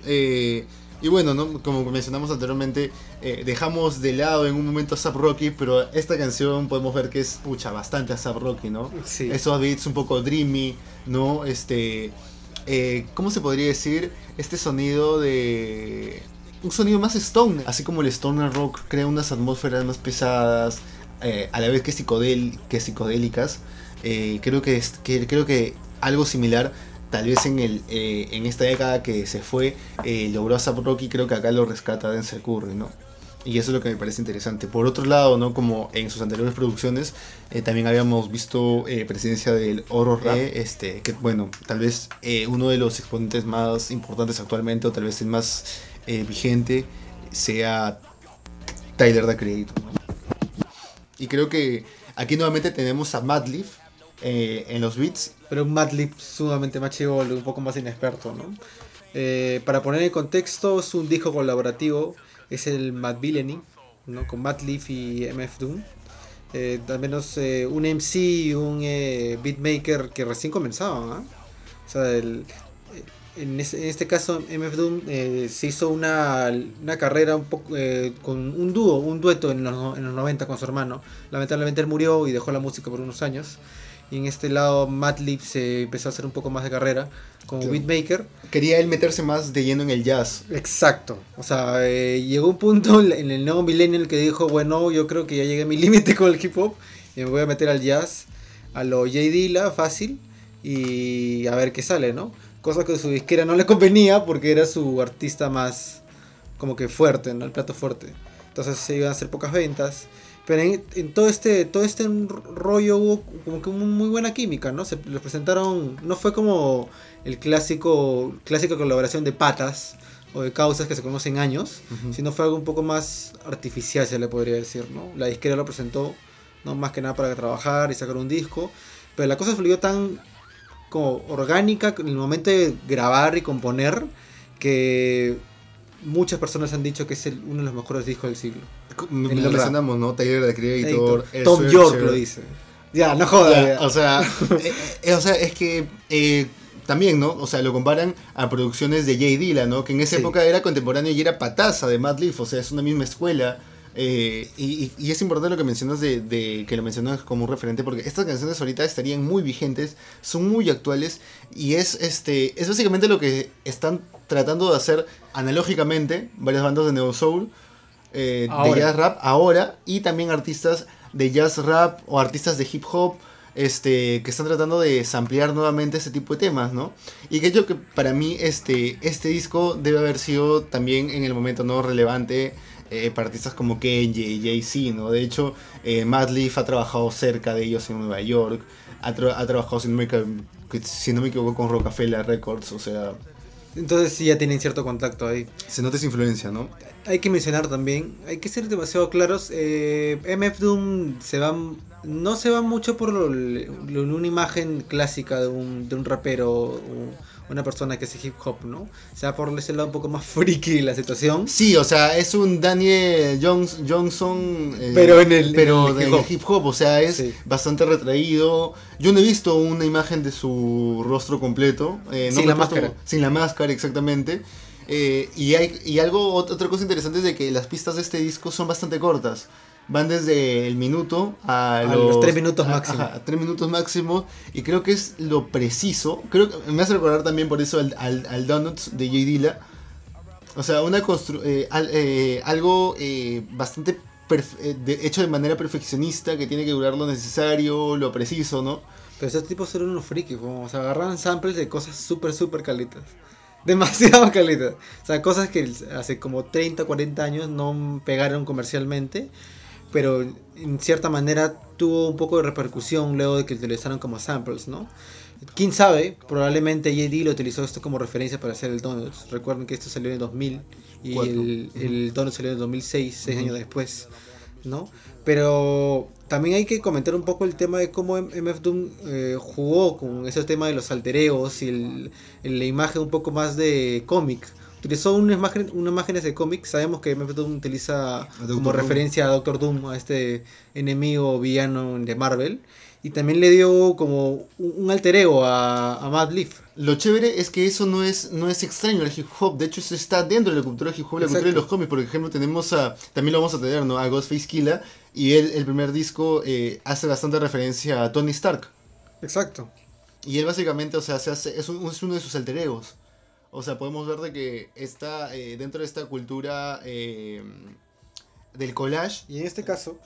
Y bueno, ¿no? Como mencionamos anteriormente, dejamos de lado en un momento a A$AP Rocky, pero esta canción podemos ver que es bastante a A$AP Rocky, ¿no? Sí. Esos beats un poco dreamy, ¿no? ¿Cómo se podría decir? Este sonido de... un sonido más stoner, así como el stoner rock crea unas atmósferas más pesadas, a la vez que psicodélicas. Creo que algo similar, tal vez en esta década que se fue, logró A$AP Rocky. Creo que acá lo rescata Denzel Curry, ¿no? Y eso es lo que me parece interesante. Por otro lado, ¿no? Como en sus anteriores producciones, también habíamos visto presencia del horror rap, que bueno, tal vez uno de los exponentes más importantes actualmente, o tal vez el más vigente, sea Tyler, The Creator, ¿no? Y creo que aquí nuevamente tenemos a Madlib en los beats. Pero un Madlib sumamente más chivolo, un poco más inexperto, ¿no? Para poner en contexto, es un disco colaborativo, es el Madvillainy, ¿no? Con Madlib y MF Doom. Al menos un MC y un beatmaker que recién comenzaban, ¿eh? O sea, en este caso MF Doom se hizo una carrera un poco con un dueto en los 90 con su hermano. Lamentablemente él murió y dejó la música por unos años. Y en este lado Madlib se empezó a hacer un poco más de carrera como beatmaker. Quería él meterse más de lleno en el jazz. Exacto. O sea, llegó un punto en el nuevo millennial que dijo, bueno, yo creo que ya llegué a mi límite con el hip hop y me voy a meter al jazz, a lo J Dilla, fácil, y a ver qué sale, ¿no? Cosa que a su disquera no le convenía porque era su artista más como que fuerte, ¿no? El plato fuerte. Entonces se iban a hacer pocas ventas. Pero en todo este rollo hubo como que muy buena química, ¿no? Se les presentaron, no fue como el clásica colaboración de patas o de causas que se conocen años, sino fue algo un poco más artificial, se le podría decir, ¿no? La disquera lo presentó, ¿no? Más que nada para trabajar y sacar un disco. pero la cosa fluyó tan como orgánica en el momento de grabar y componer que muchas personas han dicho que es uno de los mejores discos del siglo. Lo el rap. mencionamos, ¿no? Tyler, the Creator, Air Tom Searcher. York lo dice. Ya, no jodas. Ya, o sea, es que también, ¿no? O sea, lo comparan a producciones de Jay Dilla, ¿no? Que en esa Sí. época era contemporáneo y era pataza de Madlib, o sea, es una misma escuela. Y es importante lo que mencionas de que lo mencionas como un referente, porque estas canciones ahorita estarían muy vigentes, son muy actuales, y es básicamente lo que están tratando de hacer analógicamente varias bandas de neo soul, de Ahora. jazz rap ahora, y también artistas de jazz rap o artistas de hip hop que están tratando de samplear nuevamente ese tipo de temas, ¿no? Y que yo que para mí este disco debe haber sido también en el momento no relevante para artistas como Kenji, Jay-Z, ¿no? De hecho, Madlib ha trabajado cerca de ellos en Nueva York, ha trabajado, si no me equivoco, con Rockefeller Records, o sea, Entonces sí ya tienen cierto contacto ahí. se nota esa influencia, ¿no? Hay que mencionar también, hay que ser demasiado claros, MF Doom no se va mucho por una imagen clásica de un rapero o una persona que hace hip hop, ¿no? Se va por ese lado un poco más friki de la situación. Sí, o sea, es un Daniel Johnson, Pero en el hip hop, o sea, es Sí. bastante retraído. Yo no he visto una imagen de su rostro completo. No Sin me he la puesto- máscara. Sin la máscara, exactamente. Otra cosa interesante es de que las pistas de este disco son bastante cortas. Van desde el minuto a los 3 minutos máximo. Ajá, 3 minutos máximo. Y creo que es lo preciso. Creo que me hace recordar también por eso al Donuts de Jay Dilla. O sea, algo bastante hecho de manera perfeccionista, que tiene que durar lo necesario, lo preciso, ¿no? Pero esos tipos eran unos frikis, o sea, agarraban samples de cosas súper calitas. Demasiado calitas. O sea, cosas que hace como 30, 40 años no pegaron comercialmente, pero en cierta manera tuvo un poco de repercusión luego de que utilizaron como samples, ¿no? Quién sabe, probablemente J.D. lo utilizó esto como referencia para hacer el Donuts. Recuerden que esto salió en 2000 y Cuatro. el Donuts salió en 2006, 6 años después, ¿no? Pero también hay que comentar un poco el tema de cómo MF Doom jugó con ese tema de los altereos y la imagen un poco más de cómic. Utilizó unas imágenes de cómic. Sabemos que MF Doom utiliza Doctor como Doom. referencia a Doctor Doom, a este enemigo villano de Marvel. Y también le dio como un alter ego a Madlib. Lo chévere es que eso no es extraño al hip hop. De hecho, eso está dentro de la cultura hip hop, la Exacto. cultura de los cómics. Por ejemplo, también lo vamos a tener, ¿no? A Ghostface Killah. Y el primer disco hace bastante referencia a Tony Stark. Exacto. Y él básicamente, o sea, es uno de sus alter egos. O sea, podemos ver de que está dentro de esta cultura del collage. Y en este caso,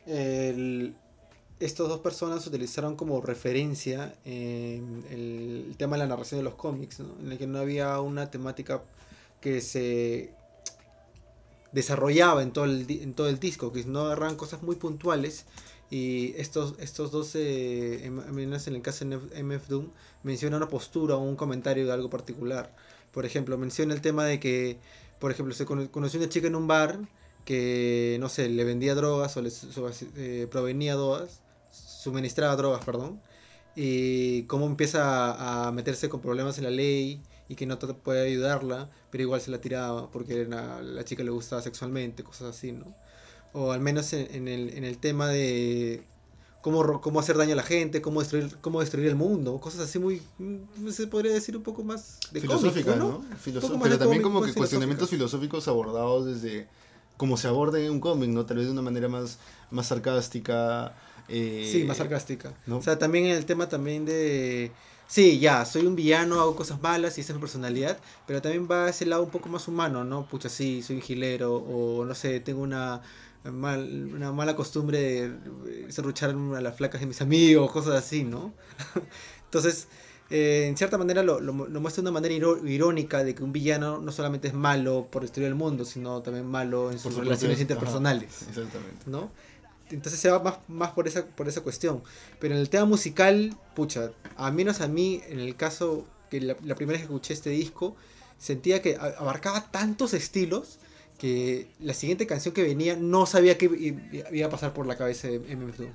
estas dos personas utilizaron como referencia el tema de la narración de los cómics, ¿no? En el que no había una temática que se desarrollaba en todo el disco, que no agarraban cosas muy puntuales. Y estos dos, menos en el caso de MF Doom, menciona una postura o un comentario de algo particular. Por ejemplo, menciona el tema de que, por ejemplo, se conoció una chica en un bar que, no sé, le vendía drogas o provenía drogas, suministraba drogas, perdón, y cómo empieza a meterse con problemas en la ley y que no puede ayudarla, pero igual se la tiraba porque la chica le gustaba sexualmente, cosas así, ¿no? O al menos en el tema de cómo hacer daño a la gente, cómo destruir el mundo, cosas así muy, se podría decir un poco más de Filosófica, cómic, ¿no? Un poco más Pero de también cómic, como pues, que cuestionamientos filosóficas. filosóficos abordados desde como se aborda en un cómic, ¿no? Tal vez de una manera más sarcástica. Sí, más sarcástica. ¿no? O sea, también en el tema también de... Sí, ya, soy un villano, hago cosas malas y esa es mi personalidad, pero también va a ese lado un poco más humano, ¿no? Pucha, sí, soy un gilero o no sé, tengo una mala costumbre de serruchar a las flacas de mis amigos, cosas así, ¿no? Entonces, en cierta manera lo muestra de una manera irónica de que un villano no solamente es malo por destruir el mundo, sino también malo en Por sus su relaciones propia- interpersonales. Ajá, exactamente. ¿No? Entonces se va más por esa cuestión. Pero en el tema musical, pucha, a menos a mí, en el caso que la primera vez que escuché este disco, sentía que abarcaba tantos estilos que la siguiente canción que venía no sabía qué iba a pasar por la cabeza de MF Doom.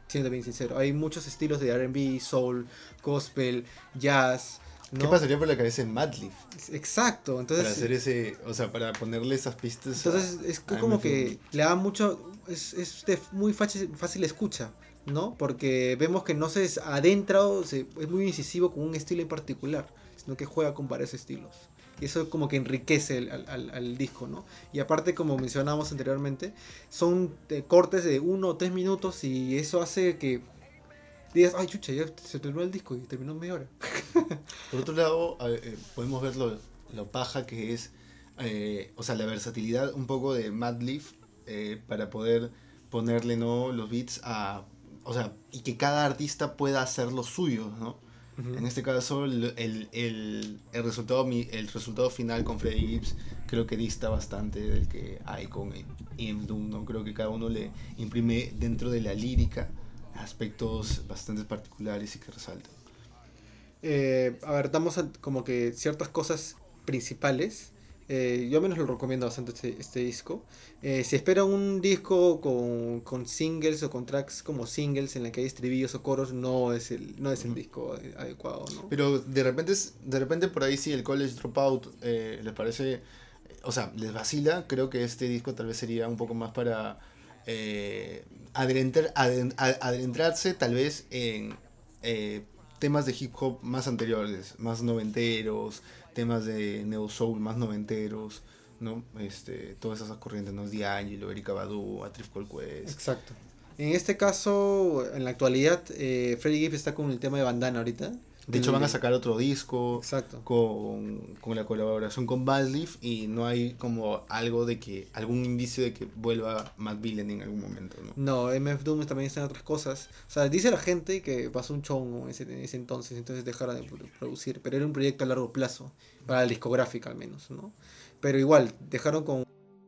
siendo bien sincero. Hay muchos estilos de R&B, soul, gospel, jazz, ¿no? ¿Qué pasaría por la cabeza de Madlib? Exacto, entonces... Para hacer ese, o sea, para ponerle esas pistas. Entonces es a como MF que le da mucho, es de muy fácil escucha, ¿no? Porque vemos que no se adentra o es muy incisivo con un estilo en particular, sino que juega con varios estilos. Y eso como que enriquece al disco, ¿no? Y aparte, como mencionábamos anteriormente, son cortes de 1 o 3 minutos y eso hace que digas, ay chucha, ya se terminó el disco y terminó en media hora. Por otro lado, podemos ver lo paja que es, o sea, la versatilidad un poco de Madlib para poder ponerle, ¿no?, los beats a, o sea, y que cada artista pueda hacer los suyos, ¿no? Ujú. En este caso, el resultado final con Freddie Gibbs creo que dista bastante del que hay con EM Doom, ¿no? Creo que cada uno le imprime dentro de la lírica aspectos bastante particulares y que resaltan. A ver, damos como que ciertas cosas principales. Yo al menos lo recomiendo bastante este disco. Si esperan un disco con singles o con tracks como singles en la que hay estribillos o coros, no es el disco adecuado, ¿no? Pero de repente por ahí si el College Dropout les parece, o sea, les vacila, creo que este disco tal vez sería un poco más para adentrarse tal vez en temas de hip hop más anteriores, más noventeros, temas de neo soul más noventeros, ¿no? Todas esas corrientes, ¿no? D'Angelo, Erykah Badu, A Tribe Called Quest. Exacto. En este caso, en la actualidad, Freddie Gibbs está con el tema de Bandana ahorita. De hecho, van a sacar otro disco. Exacto. Con la colaboración con Madlib y no hay como algo de que, algún indicio de que vuelva Matt Villain en algún momento, ¿no? No, MF Doom también está en otras cosas. O sea, dice la gente que pasó un chongo en ese entonces dejaron de producir. Pero era un proyecto a largo plazo, para la discográfica al menos, ¿no? Pero igual, dejaron con...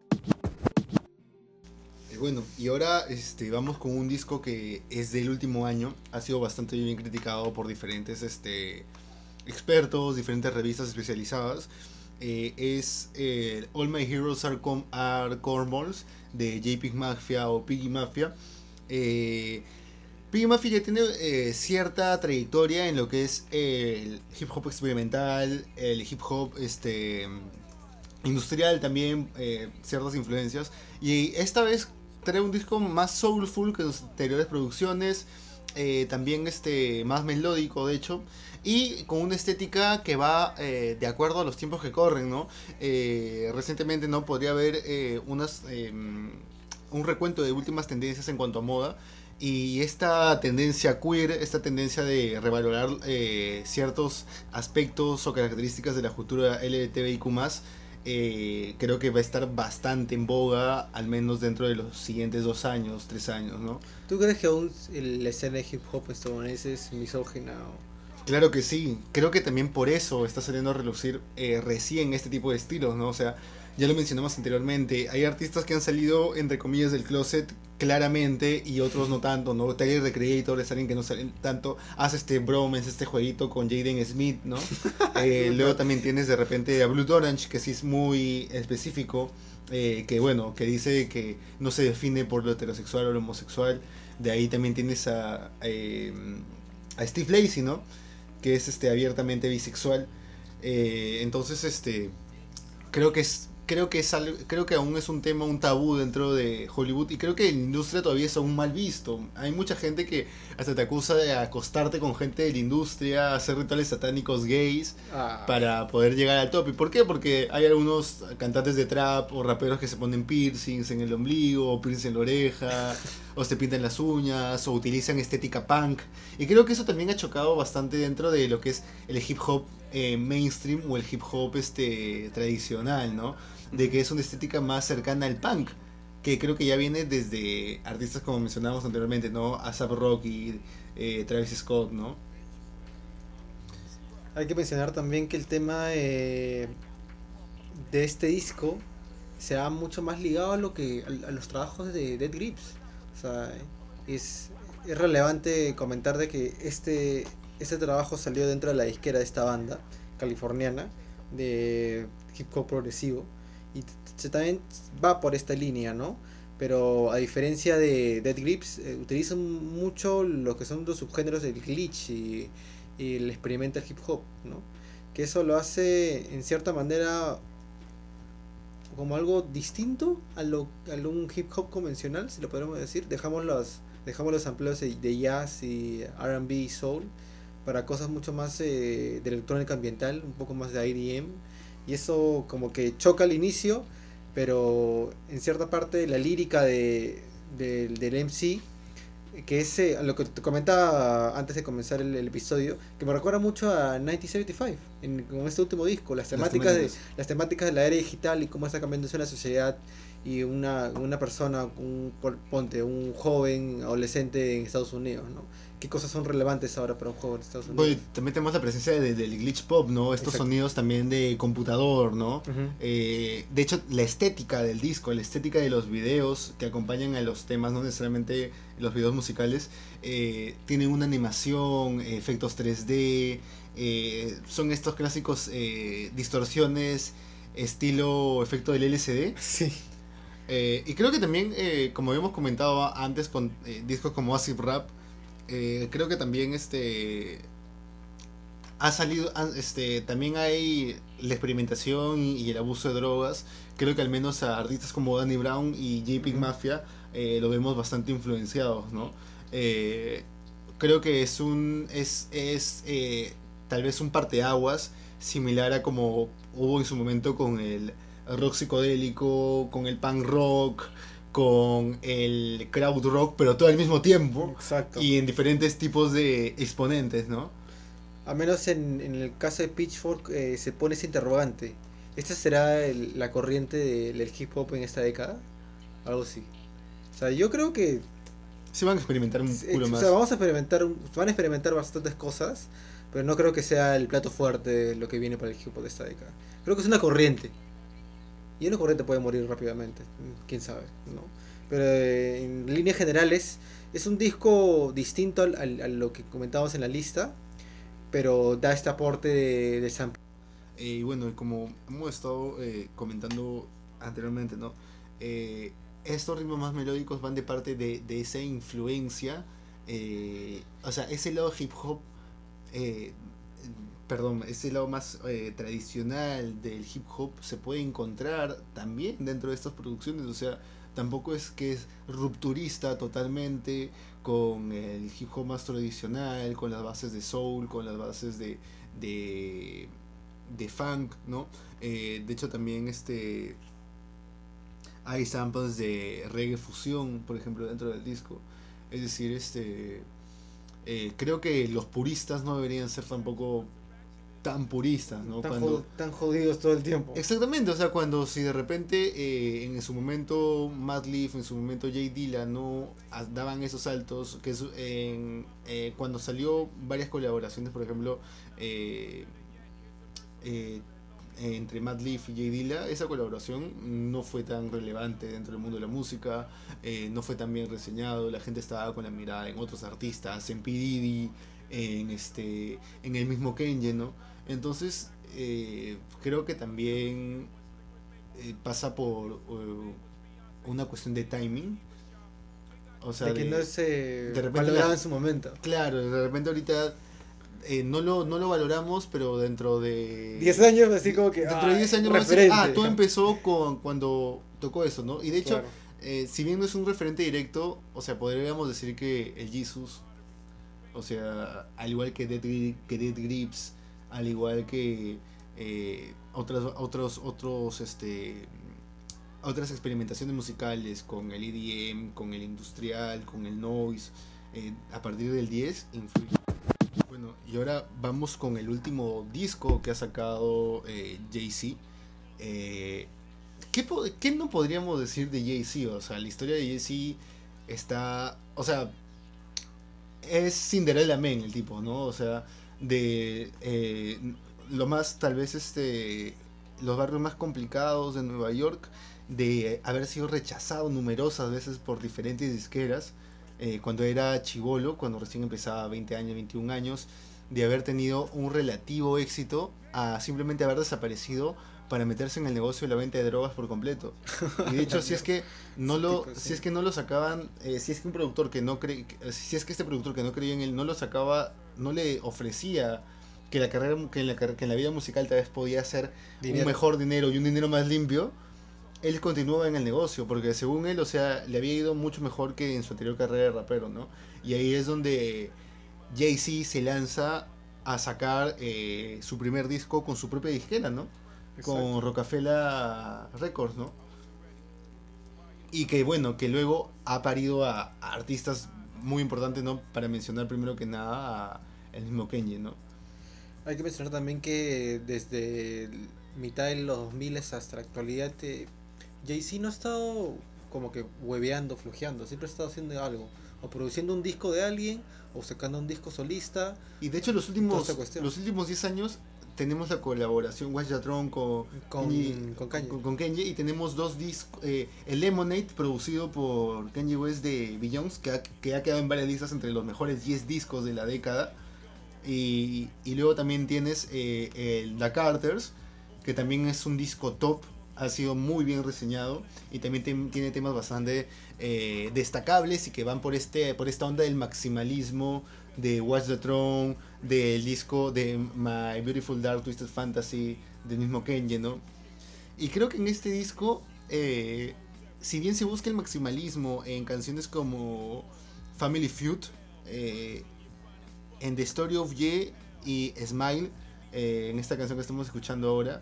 Bueno, y ahora vamos con un disco que es del último año. Ha sido bastante bien criticado por diferentes expertos, diferentes revistas especializadas. Es All My Heroes Are Cornballs de J-Pig Mafia o Piggy Mafia. Piggy Mafia ya tiene cierta trayectoria en lo que es el hip hop experimental, el hip hop industrial también, ciertas influencias. Y esta vez trae un disco más soulful que sus anteriores producciones, también más melódico de hecho, y con una estética que va de acuerdo a los tiempos que corren, ¿no? Recientemente no podría haber un recuento de últimas tendencias en cuanto a moda, y esta tendencia queer, esta tendencia de revalorar ciertos aspectos o características de la cultura LGTBIQ+, creo que va a estar bastante en boga, al menos dentro de los siguientes 2 años, 3 años, ¿no? ¿Tú crees que aún la escena de hip hop estadounidense es misógina? Claro que sí, creo que también por eso está saliendo a relucir recién este tipo de estilos, ¿no? O sea, ya lo mencionamos anteriormente, hay artistas que han salido, entre comillas, del closet claramente y otros no tanto, ¿no? Tyler, The Creator es alguien que no sale tanto, hace bromance, jueguito con Jaden Smith, ¿no? Luego también tienes de repente a Blood Orange, que sí es muy específico, que bueno, que dice que no se define por lo heterosexual o lo homosexual. De ahí también tienes a Steve Lacy, ¿no? Que es abiertamente bisexual. Entonces creo que aún es un tema, un tabú dentro de Hollywood, y creo que en la industria todavía es aún mal visto. Hay mucha gente que hasta te acusa de acostarte con gente de la industria, hacer rituales satánicos gays para poder llegar al top. ¿Y por qué? Porque hay algunos cantantes de trap o raperos que se ponen piercings en el ombligo, o piercings en la oreja, o se pintan las uñas, o utilizan estética punk. Y creo que eso también ha chocado bastante dentro de lo que es el hip hop mainstream o el hip hop tradicional, ¿no? De que es una estética más cercana al punk, que creo que ya viene desde artistas como mencionábamos anteriormente, ¿no? A$AP Rocky, Travis Scott, ¿no? Hay que mencionar también que el tema de este disco se ha mucho más ligado a a los trabajos de Dead Grips. O sea, es relevante comentar de que este trabajo salió dentro de la disquera de esta banda californiana de hip hop progresivo, y también va por esta línea, ¿no? Pero a diferencia de Dead Grips, utilizan mucho lo que son los subgéneros del glitch y el experimental hip hop, ¿no? Que eso lo hace en cierta manera como algo distinto a un hip hop convencional, si lo podemos decir. Dejamos los amplios de jazz y R&B y soul para cosas mucho más de electrónica ambiental, un poco más de IDM. Y eso como que choca al inicio, pero en cierta parte la lírica del MC, que es lo que te comentaba antes de comenzar el episodio, que me recuerda mucho a 1975, con este último disco, las temáticas de la era digital y cómo está cambiando eso en la sociedad, y una persona, ponte, un joven adolescente en Estados Unidos, ¿no? ¿Qué cosas son relevantes ahora para un joven en Estados Unidos? Bueno, también tenemos la presencia del glitch pop, ¿no? Estos Exacto. sonidos también de computador, ¿no? Ujú. De hecho, la estética del disco, la estética de los videos que acompañan a los temas, no necesariamente los videos musicales, tienen una animación, efectos 3D, son estos clásicos distorsiones estilo efecto del LCD. Sí. Y creo que también, como habíamos comentado antes con discos como Acid Rap, creo que también ha salido, también hay la experimentación y el abuso de drogas. Creo que al menos a artistas como Danny Brown y JPEG Ujú. Mafia lo vemos bastante influenciados, ¿no? Creo que tal vez un parteaguas similar a como hubo en su momento con el rock psicodélico, con el punk rock, con el crowd rock, pero todo al mismo tiempo Exacto. y en diferentes tipos de exponentes, ¿no? Al menos en el caso de Pitchfork se pone ese interrogante. ¿Esta será la corriente del hip hop en esta década? Algo así. O sea, yo creo que Se van a experimentar un culo o más. sea, van a experimentar bastantes cosas, pero no creo que sea el plato fuerte de lo que viene para el hip hop de esta década. Creo que es una corriente. Y una corriente puede morir rápidamente, quién sabe, ¿no? Pero en líneas generales es un disco distinto a lo que comentábamos en la lista, pero da este aporte de sample. Y bueno, como hemos estado comentando anteriormente, ¿no? Estos ritmos más melódicos van de parte de esa influencia, o sea, ese lado hip hop, eh, perdón, ese lado más tradicional del hip hop se puede encontrar también dentro de estas producciones, o sea, tampoco es que es rupturista totalmente con el hip hop más tradicional, con las bases de soul, con las bases de, de funk, ¿no? De hecho también hay samples de reggae fusión, por ejemplo, dentro del disco. Es decir, creo que los puristas no deberían ser tampoco tan puristas, ¿no? Tan jodidos todo el tiempo. Exactamente, o sea, cuando si de repente en su momento Madlib, en su momento Jay Dilla no daban esos saltos, cuando salió varias colaboraciones, por ejemplo, eh, eh, entre Madlib y Jay Dilla, esa colaboración no fue tan relevante dentro del mundo de la música, no fue tan bien reseñado, la gente estaba con la mirada en otros artistas, en P. Diddy, en el mismo Kanye, ¿no? Entonces, creo que también pasa por una cuestión de timing. O sea, De que no se de repente valoraba en su momento. claro, de repente ahorita no lo valoramos, pero dentro de 10 años así como que... dentro de 10 años vamos a decir, referente. todo empezó cuando tocó eso, ¿no? Y de hecho, Claro. si bien no es un referente directo, o sea, podríamos decir que el Jesus, o sea, al igual que Dead Grips, al igual que otras experimentaciones musicales con el EDM, con el industrial, con el noise, a partir del 10 influye. Bueno, y ahora vamos con el último disco que ha sacado Jay-Z. ¿Qué no podríamos decir de Jay-Z? O sea, la historia de Jay-Z está... O sea, es Cinderella Man el tipo, ¿no? O sea, de lo más, tal vez, los barrios más complicados de Nueva York, de haber sido rechazado numerosas veces por diferentes disqueras, cuando era chivolo, cuando recién empezaba 20 años, 21 años, de haber tenido un relativo éxito a simplemente haber desaparecido para meterse en el negocio de la venta de drogas por completo. Y de hecho, si es que no lo sacaban, si es que un productor que no cree, si es que este productor que no creía en él no lo sacaba, no le ofrecía que la carrera, que en la vida musical tal vez podía hacer un mejor dinero y un dinero más limpio, él continuaba en el negocio, porque según él, o sea, le había ido mucho mejor que en su anterior carrera de rapero, ¿no? Y ahí es donde Jay-Z se lanza a sacar su primer disco con su propia disquera, ¿no? Exacto. Con Rockefeller Records, ¿no? Y que bueno, que luego ha parido a artistas muy importantes, ¿no? Para mencionar primero que nada a el mismo Kanye, ¿no? Hay que mencionar también que desde mitad de los 2000 hasta la actualidad, Jay-Z no ha estado como que hueveando, flojeando, siempre ha estado haciendo algo, o produciendo un disco de alguien, o sacando un disco solista. Y de hecho los últimos 10 años tenemos la colaboración Watch the Throne con Kanye, y tenemos 2 discos, el Lemonade producido por Kanye West de Beyoncé, que ha quedado en varias listas entre los mejores 10 discos de la década. Y luego también tienes el The Carters, que también es un disco top, ha sido muy bien reseñado y también tiene temas bastante destacables y que van por esta onda del maximalismo, de Watch the Throne, del disco de My Beautiful Dark Twisted Fantasy del mismo Kanye, ¿no? Y creo que en este disco, si bien se busca el maximalismo en canciones como Family Feud, en The Story of Ye y Smile, en esta canción que estamos escuchando ahora,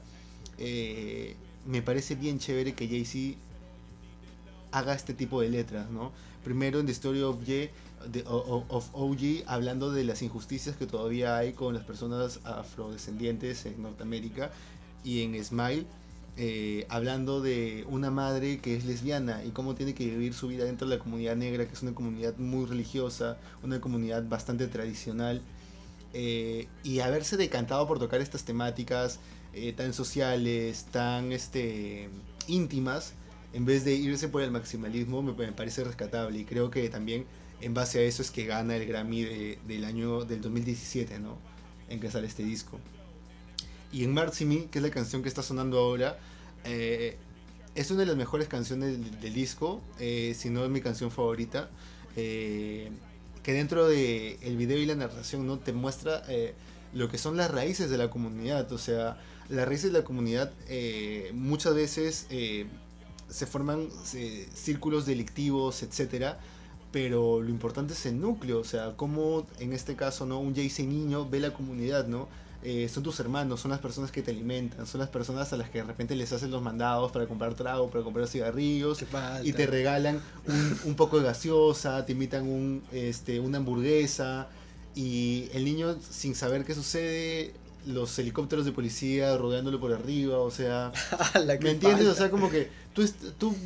me parece bien chévere que Jay-Z haga este tipo de letras, ¿no? Primero en The Story of Ye, of OG, hablando de las injusticias que todavía hay con las personas afrodescendientes en Norteamérica, y en Smile, hablando de una madre que es lesbiana y cómo tiene que vivir su vida dentro de la comunidad negra, que es una comunidad muy religiosa, una comunidad bastante tradicional, y haberse decantado por tocar estas temáticas tan sociales, tan íntimas, en vez de irse por el maximalismo, me parece rescatable, y creo que también en base a eso es que gana el Grammy del año del 2017, ¿no? En que sale este disco. Y en Marcy Me, que es la canción que está sonando ahora, es una de las mejores canciones del disco, si no es mi canción favorita, que dentro del video y la narración, ¿no? Te muestra lo que son las raíces de la comunidad. O sea, las raíces de la comunidad muchas veces se forman círculos delictivos, etcétera, pero lo importante es el núcleo, o sea, cómo en este caso, ¿no? Un Jay-Z niño ve la comunidad, ¿no? Son tus hermanos, son las personas que te alimentan, son las personas a las que de repente les hacen los mandados para comprar trago, para comprar cigarrillos, y te regalan un poco de gaseosa, te invitan una hamburguesa, y el niño, sin saber qué sucede, los helicópteros de policía rodeándolo por arriba, o sea, ¿me entiendes? O sea, como que tú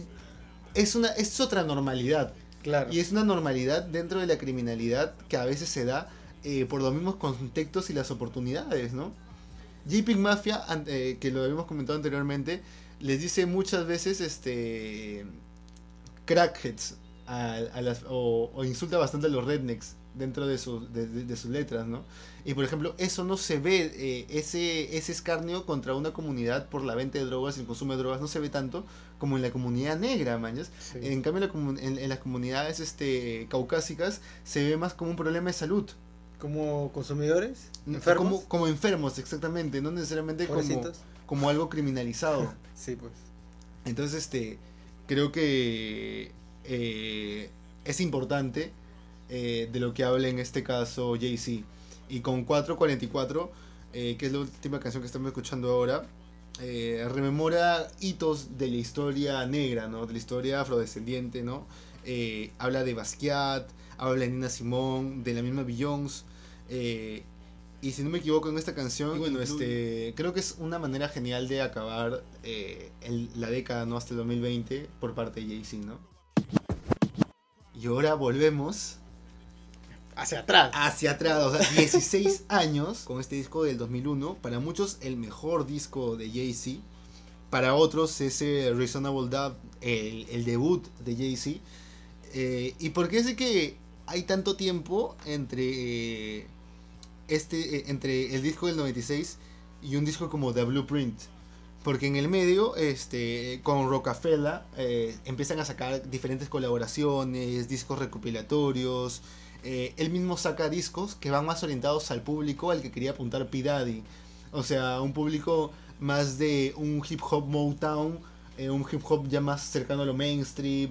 es otra normalidad. Claro. Y es una normalidad dentro de la criminalidad que a veces se da por los mismos contextos y las oportunidades, ¿no? JPEG Mafia, que lo habíamos comentado anteriormente, les dice muchas veces crackheads o insulta bastante a los rednecks dentro de sus letras, ¿no? Y por ejemplo, eso no se ve, ese escarnio contra una comunidad por la venta de drogas y el consumo de drogas no se ve tanto como en la comunidad negra, mañas. Sí. En cambio, en las comunidades caucásicas se ve más como un problema de salud. ¿Como consumidores? ¿Enfermos? Como enfermos, exactamente, no necesariamente como algo criminalizado. Sí, pues. Entonces, creo que es importante de lo que habla en este caso Jay-Z. Y con 444, que es la última canción que estamos escuchando ahora, rememora hitos de la historia negra, ¿no? De la historia afrodescendiente, ¿no? Habla de Basquiat, habla de Nina Simone, de la misma Beyoncé, y si no me equivoco en esta canción, bueno, creo que es una manera genial de acabar la década, ¿no? Hasta el 2020 por parte de Jay-Z, ¿no? Y ahora volvemos hacia atrás, o sea, 16 años con este disco del 2001. Para muchos el mejor disco de Jay-Z, para otros ese Reasonable Doubt, el debut de Jay-Z. ¿Y por qué es que hay tanto tiempo entre el disco del 96 y un disco como The Blueprint? Porque en el medio, con Rockefeller, empiezan a sacar diferentes colaboraciones, discos recopilatorios. Él mismo saca discos que van más orientados al público al que quería apuntar P. Daddy. O sea, un público más de un hip hop Motown, un hip hop ya más cercano a lo mainstream,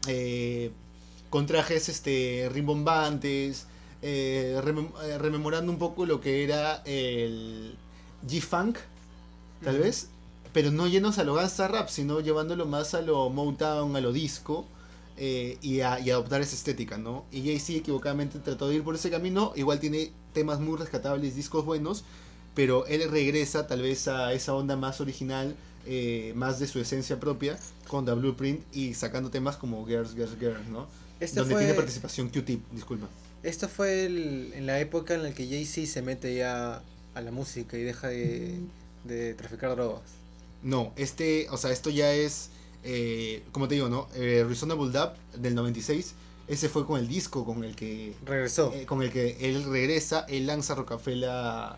con trajes rimbombantes, rememorando un poco lo que era el G-Funk, tal vez, pero no llenos a lo gangsta rap, sino llevándolo más a lo Motown, a lo disco, y adoptar esa estética, ¿no? Y Jay-Z equivocadamente trató de ir por ese camino, igual tiene temas muy rescatables, discos buenos, pero él regresa tal vez a esa onda más original, más de su esencia propia, con The Blueprint y sacando temas como Girls, Girls, Girls, ¿no? Donde tiene participación Q-Tip, disculpa. Esto fue en la época en la que Jay-Z se mete ya a la música y deja de traficar drogas. No, o sea, esto ya es, como te digo, ¿no? Reasonable Doubt del 96, ese fue con el disco con el que regresó. Con el que él regresa, él lanza Rockefeller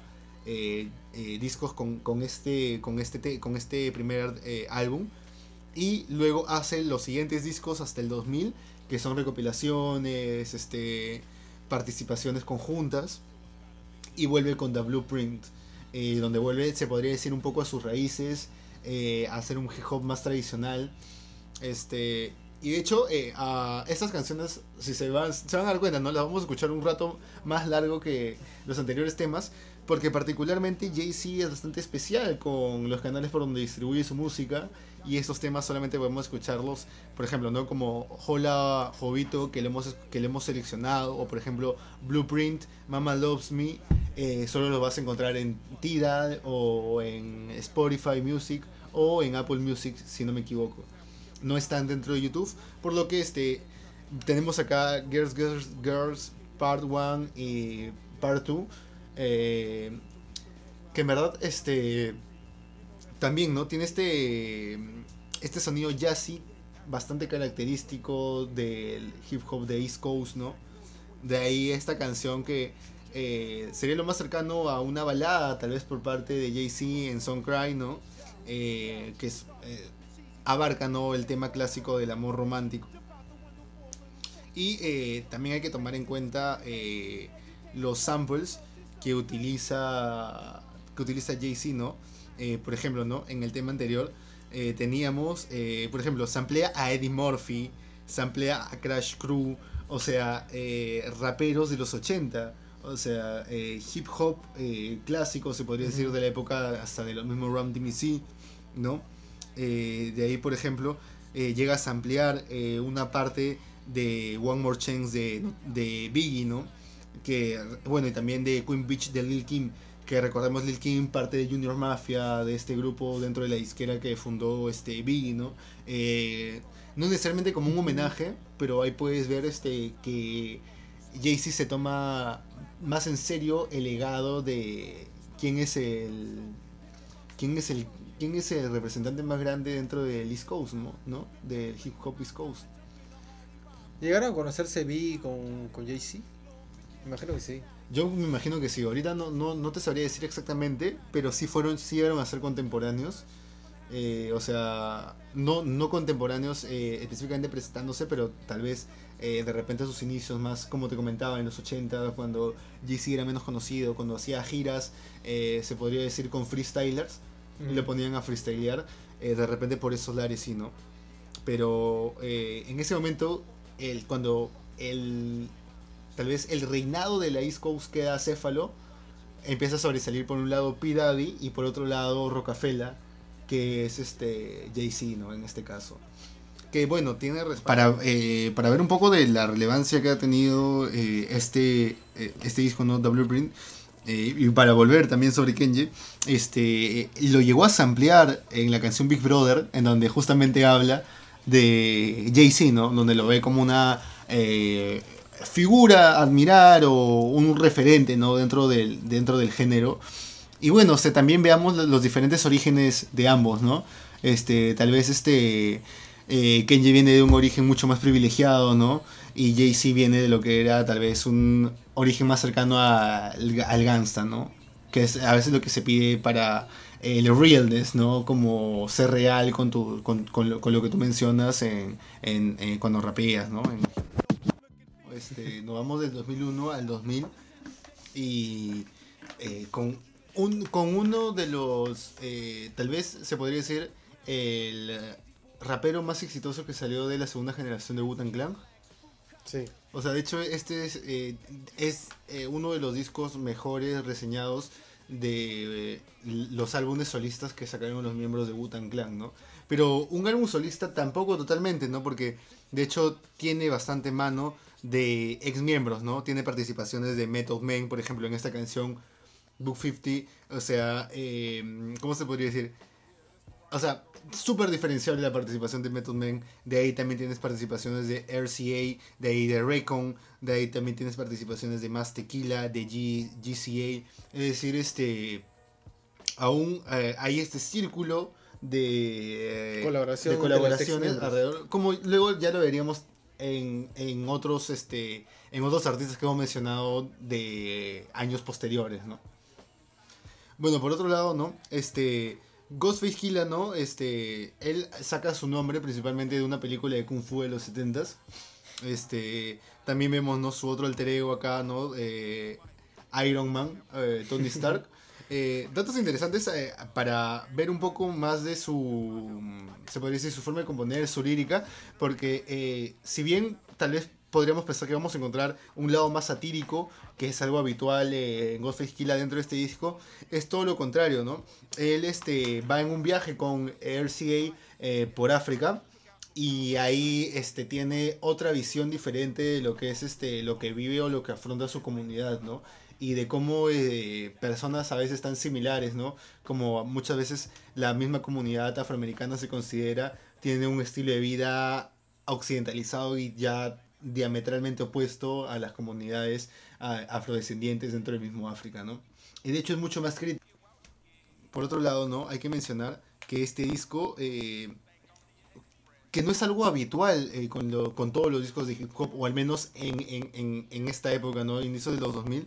discos con este primer álbum, y luego hace los siguientes discos hasta el 2000, que son recopilaciones, participaciones conjuntas, y vuelve con The Blueprint, donde vuelve, se podría decir, un poco a sus raíces, a hacer un hip hop más tradicional, y de hecho estas canciones, si se van a dar cuenta, ¿no? Las vamos a escuchar un rato más largo que los anteriores temas, porque particularmente Jay-Z es bastante especial con los canales por donde distribuye su música, y estos temas solamente podemos escucharlos, por ejemplo, ¿no? Como Hola Jovito, que le hemos seleccionado, o por ejemplo Blueprint, Mama Loves Me, solo lo vas a encontrar en Tidal o en Spotify Music o en Apple Music, si no me equivoco. No están dentro de YouTube, por lo que tenemos acá Girls, Girls, Girls Part 1 y Part 2, que en verdad también, ¿no? Tiene este sonido jazzy bastante característico del hip hop de East Coast, ¿no? De ahí esta canción que sería lo más cercano a una balada, tal vez por parte de Jay-Z en Song Cry, ¿no? Que es, abarca, ¿no?, el tema clásico del amor romántico. Y también hay que tomar en cuenta los samples que utiliza Jay-Z, ¿no? Por ejemplo, ¿no? En el tema anterior teníamos, por ejemplo, samplea a Eddie Murphy, samplea a Crash Crew, o sea, raperos de los 80, o sea, hip hop clásico, se podría decir, de la época hasta de los mismos Ram DMC, ¿no? De ahí, por ejemplo, llega a samplear una parte de One More Chance de Biggie, ¿no? Que, bueno, y también de Queen Beach de Lil Kim, que recordemos Lil Kim parte de Junior Mafia, de este grupo dentro de la disquera que fundó Biggie, ¿no? No necesariamente como un homenaje, pero ahí puedes ver que Jay-Z se toma más en serio el legado de quién es el representante más grande dentro del East Coast, ¿no? Del hip hop East Coast. ¿Llegaron a conocerse Biggie con Jay-Z? Me imagino que sí. Yo me imagino que sí. Ahorita no te sabría decir exactamente, pero sí llegaron a ser contemporáneos. O sea, no contemporáneos específicamente presentándose, pero tal vez de repente a sus inicios, más como te comentaba, en los 80, cuando Jay-Z era menos conocido, cuando hacía giras, se podría decir con freestylers, le ponían a freestylear, de repente por esos lares sí, ¿no? Pero en ese momento, cuando tal vez el reinado de la East Coast queda acéfalo, empieza a sobresalir por un lado P. Daddy y por otro lado Rockefeller, que es Jay-Z, ¿no? En este caso. Que bueno, tiene para ver un poco de la relevancia que ha tenido este disco, ¿no? The Blueprint, y para volver también sobre Kenji, lo llegó a samplear en la canción Big Brother, en donde justamente habla de Jay-Z, ¿no? Donde lo ve como una figura a admirar o un referente, ¿no? dentro del género. Y bueno, también veamos los diferentes orígenes de ambos, ¿no? Tal vez Kenji viene de un origen mucho más privilegiado, ¿no? Y Jay-Z viene de lo que era tal vez un origen más cercano al gangsta, ¿no? que es a veces lo que se pide para el realness, ¿no? Como ser real con lo que tú mencionas cuando rapeas, ¿no? Nos vamos del 2001 al 2000 y con uno de los, tal vez se podría decir, el rapero más exitoso que salió de la segunda generación de Wu-Tang Clan. Sí. O sea, de hecho, este es uno de los discos mejores reseñados de los álbumes solistas que sacaron los miembros de Wu-Tang Clan, ¿no? Pero un álbum solista tampoco totalmente, ¿no? Porque de hecho tiene bastante mano de ex miembros, ¿no? Tiene participaciones de Method Man, por ejemplo, en esta canción Book 50. O sea, ¿cómo se podría decir? O sea, súper diferenciable la participación de Method Man. De ahí también tienes participaciones de RCA, de ahí de Raycon, de ahí también tienes participaciones de Más Tequila, de GCA. Es decir, aún hay este círculo de colaboraciones alrededor. Como luego ya lo veríamos en otros artistas que hemos mencionado de años posteriores, ¿no? Bueno, por otro lado, ¿no? Ghostface Killah, ¿no? Él saca su nombre principalmente de una película de Kung Fu de los 70s. También vemos, ¿no? Su otro alter ego acá, ¿no? Iron Man, Tony Stark. Datos interesantes para ver un poco más de se podría decir, su forma de componer, su lírica, porque si bien tal vez podríamos pensar que vamos a encontrar un lado más satírico, que es algo habitual en Ghostface Killah dentro de este disco, es todo lo contrario, ¿no? Él va en un viaje con RCA por África, y ahí tiene otra visión diferente de lo que es lo que vive o lo que afronta su comunidad, ¿no? Y de cómo personas a veces tan similares, ¿no? Como muchas veces la misma comunidad afroamericana se considera, tiene un estilo de vida occidentalizado y ya diametralmente opuesto a las comunidades afrodescendientes dentro del mismo África, ¿no? Y de hecho es mucho más crítico. Por otro lado, ¿no? Hay que mencionar que este disco, que no es algo habitual con todos los discos de hip hop, o al menos en esta época, ¿no? Inicio de los 2000,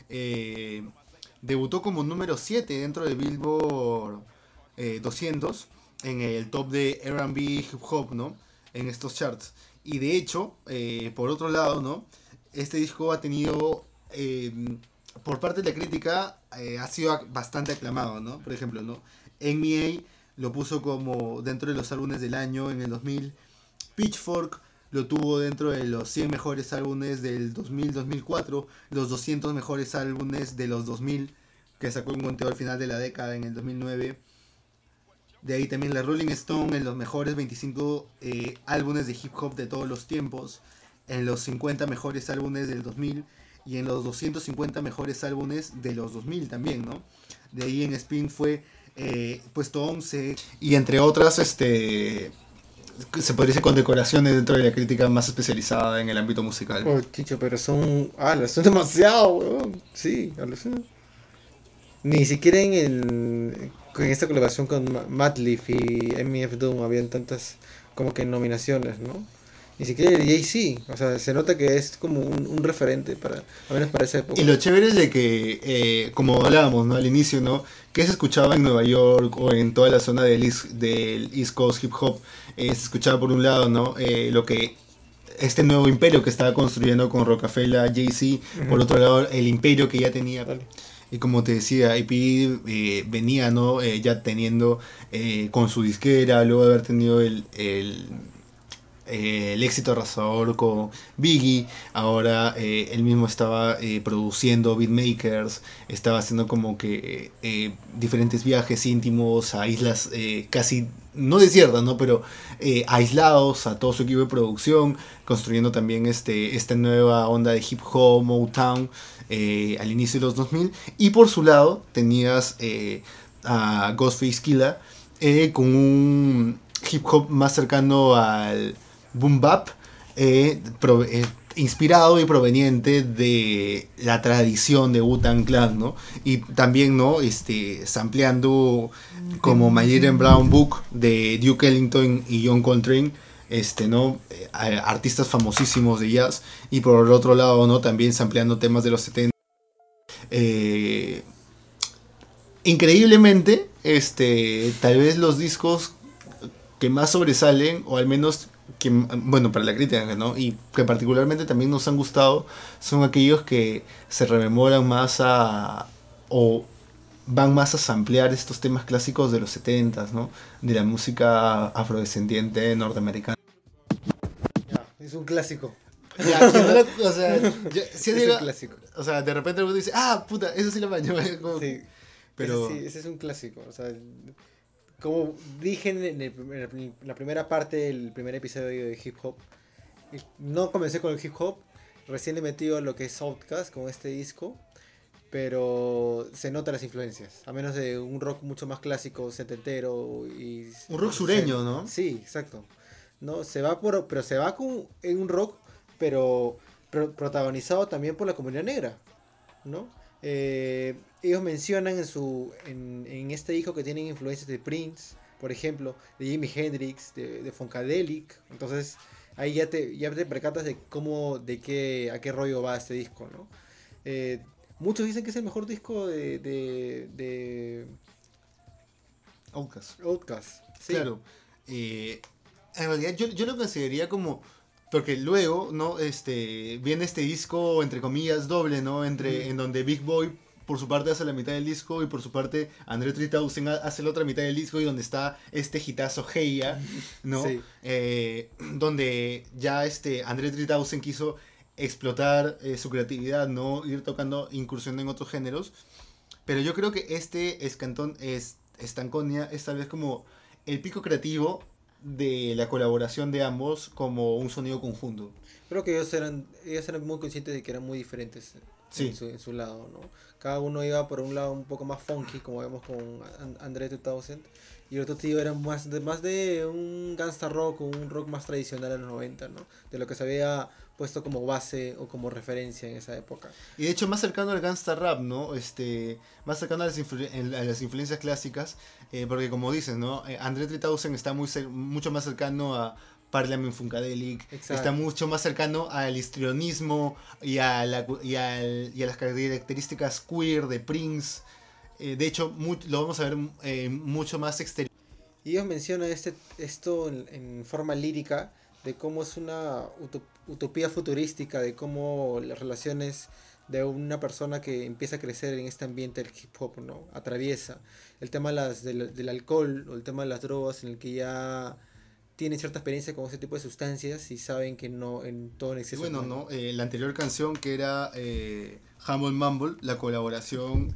debutó como número 7 dentro de Billboard 200 en el top de R&B hip hop, ¿no? En estos charts. Y de hecho, por otro lado, ¿no? Este disco ha tenido, por parte de la crítica, ha sido bastante aclamado, ¿no? Por ejemplo, ¿no? NMA lo puso como dentro de los álbumes del año en el 2000. Pitchfork lo tuvo dentro de los 100 mejores álbumes del 2000-2004, los 200 mejores álbumes de los 2000, que sacó un conteo al final de la década en el 2009. De ahí también la Rolling Stone en los mejores 25 álbumes de hip hop de todos los tiempos, en los 50 mejores álbumes del 2000 y en los 250 mejores álbumes de los 2000 también, ¿no? De ahí en Spin fue puesto 11, y entre otras se podría decir condecoraciones dentro de la crítica más especializada en el ámbito musical. Oh, chicho, pero son demasiado, weón. Sí, alucina. Ni siquiera con esta colaboración con Madlib y MF Doom habían tantas como que nominaciones, ¿no? Ni siquiera el Jay-Z, o sea, se nota que es como un referente al menos para esa época. Y lo chévere es de que, como hablábamos, ¿no? Al inicio, ¿no? Que se escuchaba en Nueva York o en toda la zona del East Coast Hip Hop, se escuchaba por un lado, ¿no? Lo que este nuevo imperio que estaba construyendo con Rockefeller, Jay-Z, por otro lado el imperio que ya tenía. Dale. Y como te decía, IP venía, ¿no? Ya teniendo con su disquera, luego de haber tenido el éxito arrasador con Biggie. Ahora él mismo estaba produciendo beatmakers, estaba haciendo como que diferentes viajes íntimos a islas casi no desiertas, ¿no? Pero aislados a todo su equipo de producción, construyendo también esta nueva onda de hip hop, Motown, al inicio de los 2000. Y por su lado tenías a Ghostface Killah con un hip hop más cercano al boom bap, inspirado y proveniente de la tradición de Wu-Tang Clan, ¿no? Y también, ¿no? Sampleando como My Little Brown Book de Duke Ellington y John Coltrane, ¿no? Artistas famosísimos de jazz. Y por el otro lado, ¿no? También sampleando temas de los 70. increíblemente, tal vez los discos que más sobresalen, o al menos que, bueno, para la crítica, ¿no? Y que particularmente también nos han gustado, son aquellos que se rememoran más o van más a samplear estos temas clásicos de los 70s, ¿no? De la música afrodescendiente norteamericana. Ya, es un clásico. Ya, o sea, si Es un clásico. o sea, de repente uno dice, ah, puta, eso sí lo baño. Sí, Pero ese es un clásico. O sea, como dije en la primera parte del primer episodio de Hip Hop, no comencé con el hip hop, recién he metido lo que es Outkast con este disco, pero se notan las influencias, a menos de un rock mucho más clásico, setentero y... un rock sureño, ¿no? Sí, exacto. No, pero se va en un rock, pero protagonizado también por la comunidad negra, ¿no? Ellos mencionan en este disco que tienen influencias de Prince, por ejemplo, de Jimi Hendrix, de Funkadelic. Entonces ahí ya te percatas a qué rollo va este disco, ¿no? Muchos dicen que es el mejor disco de Outkast. Sí. Claro. En realidad yo lo consideraría como... Porque luego, ¿no? Viene este disco, entre comillas, doble, ¿no? En donde Big Boy, por su parte, hace la mitad del disco, y por su parte, Andre 3000 hace la otra mitad del disco, y donde está este hitazo Heya, ¿no? Sí. Donde ya Andre 3000 quiso explotar su creatividad, ¿no? Ir tocando, incursión en otros géneros. Pero yo creo que Stankonia es tal vez como el pico creativo de la colaboración de ambos como un sonido conjunto. Creo que ellos eran muy conscientes de que eran muy diferentes Sí. en su lado, ¿no? Cada uno iba por un lado un poco más funky, como vemos con Andre 2000, y el otro tío era más de un gangsta rock o un rock más tradicional de los 90, ¿no? De lo que se había puesto como base o como referencia en esa época. Y de hecho más cercano al gangsta rap, ¿no? Más cercano a las influencias clásicas, porque como dices, ¿no? Andre 3000 está mucho más cercano a Parliament Funkadelic, Exacto. está mucho más cercano al histrionismo y a las características queer de Prince. De hecho, lo vamos a ver mucho más exterior. Y ellos mencionan esto en forma lírica, de cómo es una utopía futurística, de cómo las relaciones de una persona que empieza a crecer en este ambiente del hip hop, ¿no? Atraviesa el tema del alcohol o el tema de las drogas, en el que ya tienen cierta experiencia con ese tipo de sustancias y saben que no en todo en exceso. Bueno, ¿no? La anterior canción que era Humble Mumble, la colaboración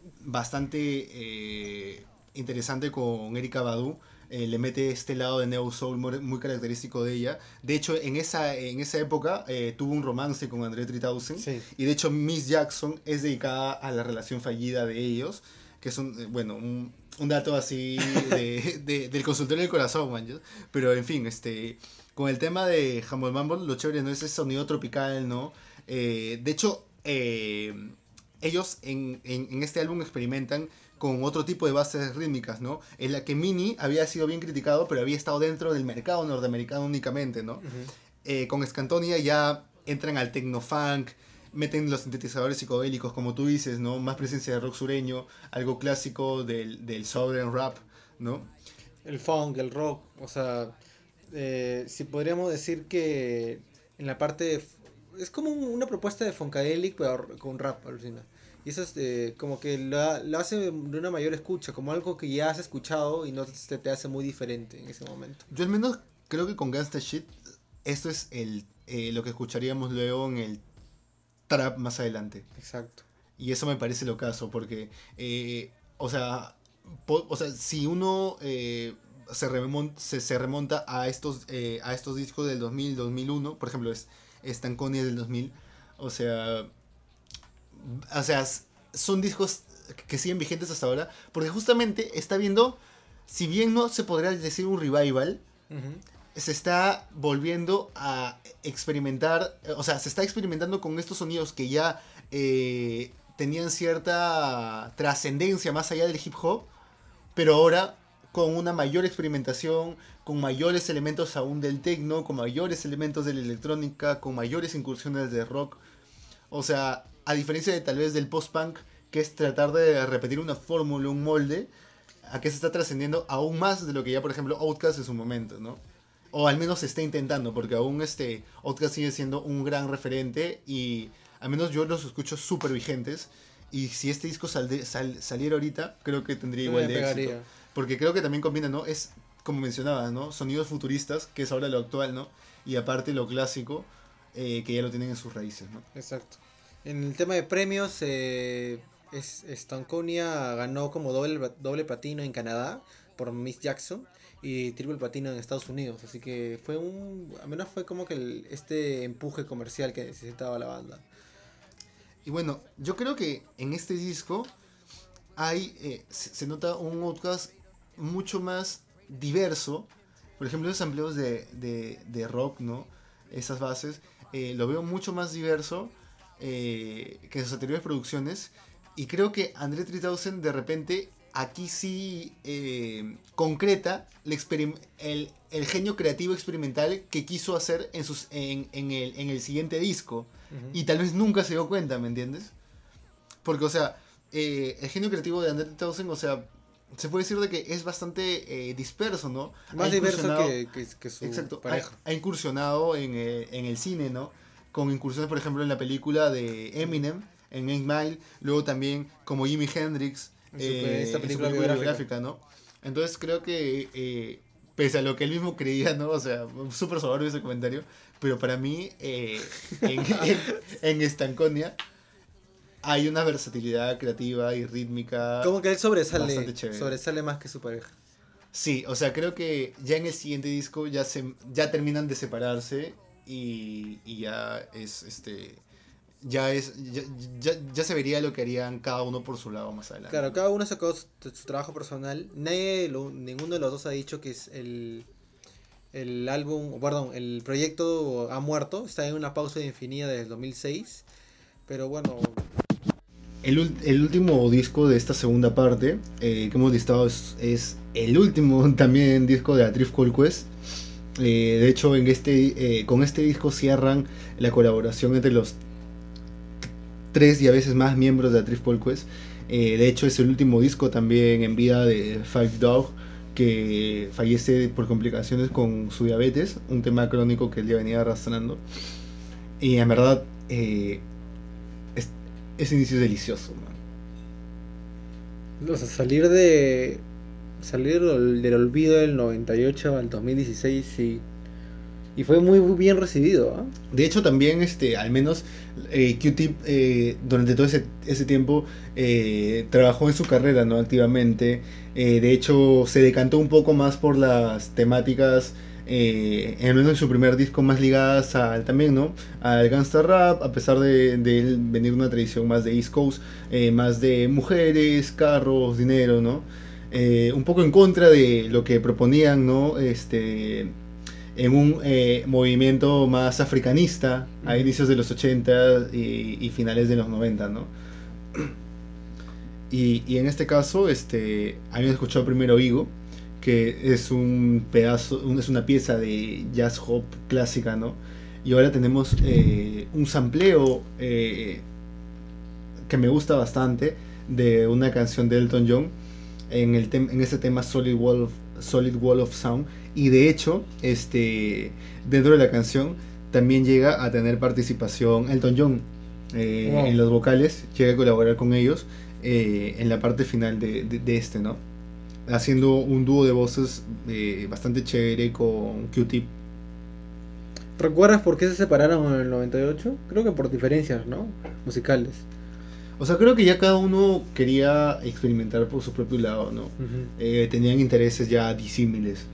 bastante interesante con Erykah Badu, le mete este lado de Neo Soul muy característico de ella. De hecho, en esa época tuvo un romance con Andre 3000. Sí. Y de hecho, Miss Jackson es dedicada a la relación fallida de ellos, que es un dato así del consultorio del corazón, man. Pero en fin, con el tema de Humble Mumble, lo chévere no es ese sonido tropical, ¿no? De hecho, ellos en este álbum experimentan con otro tipo de bases rítmicas, ¿no? En la que Mini había sido bien criticado, pero había estado dentro del mercado norteamericano únicamente, ¿no? Uh-huh. Con Scantonia ya entran al techno-funk, meten los sintetizadores psicodélicos, como tú dices, ¿no? Más presencia de rock sureño, algo clásico del southern rap, ¿no? El funk, el rock, o sea, si podríamos decir que en la parte es como una propuesta de Funkadelic, pero con rap, alucina. Y eso es como que lo hace de una mayor escucha, como algo que ya has escuchado y no te hace muy diferente en ese momento. Yo al menos creo que con Gangsta Shit, esto es lo que escucharíamos luego en el trap más adelante. Exacto. Y eso me parece lo caso, porque, o sea, si uno se remonta a estos discos del 2000, 2001, por ejemplo, Stankonia del 2000, o sea, son discos que siguen vigentes hasta ahora, porque justamente está viendo, si bien no se podría decir un revival, Uh-huh. se está volviendo a experimentar, o sea, se está experimentando con estos sonidos que ya tenían cierta trascendencia más allá del hip hop, pero ahora con una mayor experimentación, con mayores elementos aún del techno, con mayores elementos de la electrónica, con mayores incursiones de rock. O sea, a diferencia de tal vez del post-punk, que es tratar de repetir una fórmula, un molde, a que se está trascendiendo aún más de lo que ya, por ejemplo, Outkast en su momento, ¿no? O al menos se está intentando, porque aún Outkast sigue siendo un gran referente y al menos yo los escucho súper vigentes. Y si este disco saliera ahorita, creo que tendría igual de éxito. Porque creo que también combina, ¿no? Es, como mencionabas, ¿no? Sonidos futuristas, que es ahora lo actual, ¿no? Y aparte lo clásico, que ya lo tienen en sus raíces, ¿no? Exacto. En el tema de premios, Stankonia ganó como doble platino en Canadá por Miss Jackson y triple platino en Estados Unidos. Así que fue al menos fue como que este empuje comercial que necesitaba la banda. Y bueno, yo creo que en este disco se nota un Outkast mucho más diverso. Por ejemplo, esos sampleos de rock, ¿no? Esas bases, lo veo mucho más diverso que en sus anteriores producciones. Y creo que Andre 3000 de repente aquí sí concreta el genio creativo experimental que quiso hacer en el siguiente disco. Uh-huh. Y tal vez nunca se dio cuenta, ¿me entiendes? Porque, o sea, el genio creativo de Andre 3000, o sea, se puede decir de que es bastante disperso, ¿no? Más diverso que su exacto, pareja. Ha incursionado en el cine, ¿no? Con incursiones, por ejemplo, en la película de Eminem, en 8 Mile, luego también como Jimi Hendrix, esta película biográfica, ¿no? Entonces creo que, pese a lo que él mismo creía, ¿no? O sea, súper soberbio ese comentario, pero para mí, en Stankonia hay una versatilidad creativa y rítmica. Como que él sobresale más que su pareja. Sí, o sea, creo que ya en el siguiente disco ya terminan de separarse y ya es ya se vería lo que harían cada uno por su lado más adelante. Claro, cada uno sacó su trabajo personal. Ninguno de los dos ha dicho que es el álbum, perdón, el proyecto ha muerto. Está en una pausa indefinida desde el 2006. Pero bueno. El último disco de esta segunda parte que hemos listado es el último también disco de A Tribe Called Quest. De hecho, con este disco cierran la colaboración entre los 3 y a veces más miembros de A Tribe Called Quest. De hecho, es el último disco también en vida de Five Dog, que fallece por complicaciones con su diabetes, un tema crónico que él ya venía arrastrando. Y en verdad, ese inicio es delicioso, man. O sea, salir del olvido del 98 al 2016, sí. Y fue muy bien recibido, ¿eh? De hecho, también, al menos, Q-Tip durante todo ese tiempo trabajó en su carrera, ¿no? Activamente. De hecho, se decantó un poco más por las temáticas, al menos en su primer disco, más ligadas también, ¿no? Al gangsta rap, a pesar de él venir de una tradición más de East Coast, más de mujeres, carros, dinero, ¿no? Un poco en contra de lo que proponían, ¿no? En un movimiento más africanista a inicios de los 80 y finales de los 90, ¿no? Y en este caso, habíamos escuchado primero Igo, que es es una pieza de jazz hop clásica, ¿no? Y ahora tenemos un sampleo que me gusta bastante de una canción de Elton John en ese tema Solid Wall of Sound. Y de hecho, dentro de la canción también llega a tener participación Elton John en los vocales, llega a colaborar con ellos en la parte final de ¿no? Haciendo un dúo de voces bastante chévere con Q-Tip. ¿Recuerdas por qué se separaron en el 98? Creo que por diferencias, ¿no? Musicales. O sea, creo que ya cada uno quería experimentar por su propio lado, ¿no? Uh-huh. Tenían intereses ya disímiles.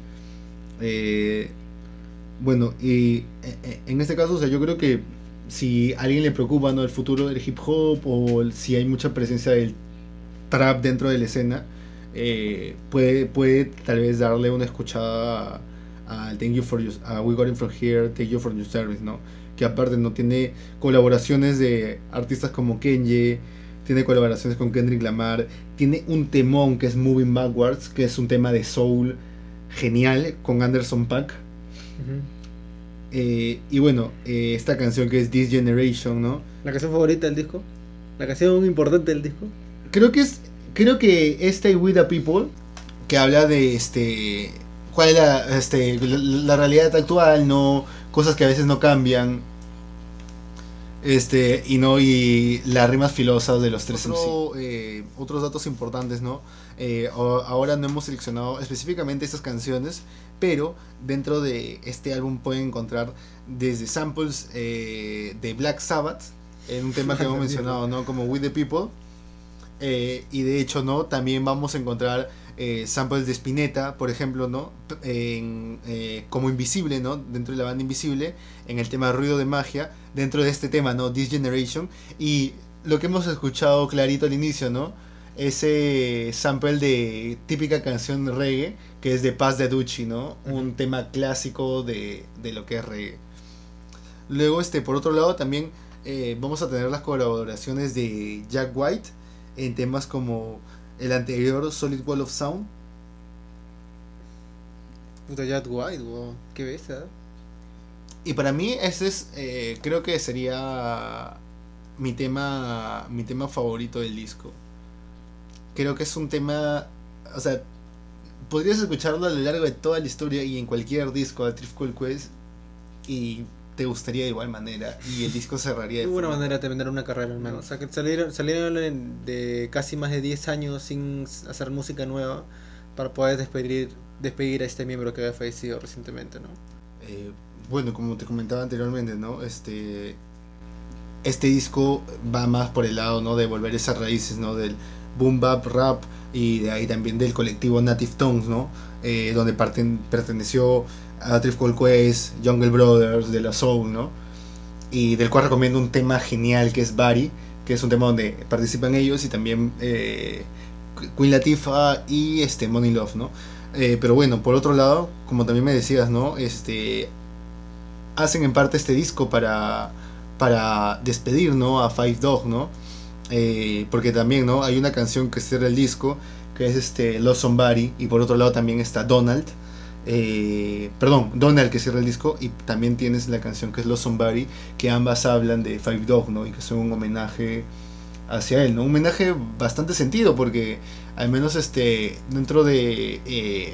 Bueno, y en este caso, o sea, yo creo que si a alguien le preocupa, ¿no?, el futuro del hip hop, o si hay mucha presencia del trap dentro de la escena, puede tal vez darle una escuchada a We Got It From Here, Thank You For Your Service, ¿no? Que aparte no tiene colaboraciones de artistas como Kanye, tiene colaboraciones con Kendrick Lamar, tiene un temón que es Moving Backwards, que es un tema de soul genial con Anderson .Paak. Uh-huh. Y bueno, esta canción que es This Generation, ¿no? ¿La canción favorita del disco? ¿La canción importante del disco? Creo que Stay With The People, que habla de cuál es la realidad actual, no cosas que a veces no cambian, y las rimas filosas de los tres otros datos importantes, ¿no? Ahora no hemos seleccionado específicamente estas canciones, pero dentro de este álbum pueden encontrar desde samples de Black Sabbath, en un tema que hemos mencionado, ¿no? Como With The People, y de hecho, ¿no? También vamos a encontrar samples de Spinetta, por ejemplo, ¿no? Como Invisible, ¿no? Dentro de la banda Invisible, en el tema Ruido de Magia, dentro de este tema, ¿no? This Generation, y lo que hemos escuchado clarito al inicio, ¿no? Ese sample de típica canción reggae, que es de Paz de Ducci, ¿no? Un tema clásico de lo que es reggae. Luego, por otro lado, también vamos a tener las colaboraciones de Jack White en temas como el anterior Solid Wall of Sound. Puta, Jack White, wow. Qué bestia. Y para mí ese es, creo que sería mi tema favorito del disco. Creo que es un tema, o sea, podrías escucharlo a lo largo de toda la historia y en cualquier disco de A Tribe Called Quest y te gustaría de igual manera y el disco cerraría de Muy buena forma. manera de terminar una carrera, hermano. O sea, que salieron de casi más de 10 años sin hacer música nueva para poder despedir a este miembro que había fallecido recientemente, ¿no? Bueno, como te comentaba anteriormente, ¿no? Este disco va más por el lado, ¿no? De volver esas raíces, ¿no? Del boom bap rap y de ahí también del colectivo Native Tongues, ¿no? Donde perteneció a Tribe Called Quest, Jungle Brothers, de la Soul, ¿no? Y del cual recomiendo un tema genial que es Bari, que es un tema donde participan ellos y también Queen Latifah y Money Love, ¿no? Pero bueno, por otro lado, como también me decías, ¿no? Hacen en parte este disco para despedir, ¿no? A Five Dog, ¿no? Porque también, ¿no? Hay una canción que cierra el disco que es Lost Somebody, y por otro lado también está Donald, Donald, que cierra el disco, y también tienes la canción que es Lost Somebody, que ambas hablan de Five Dog, ¿no? Y que son un homenaje hacia él, ¿no? Un homenaje bastante sentido, porque al menos dentro de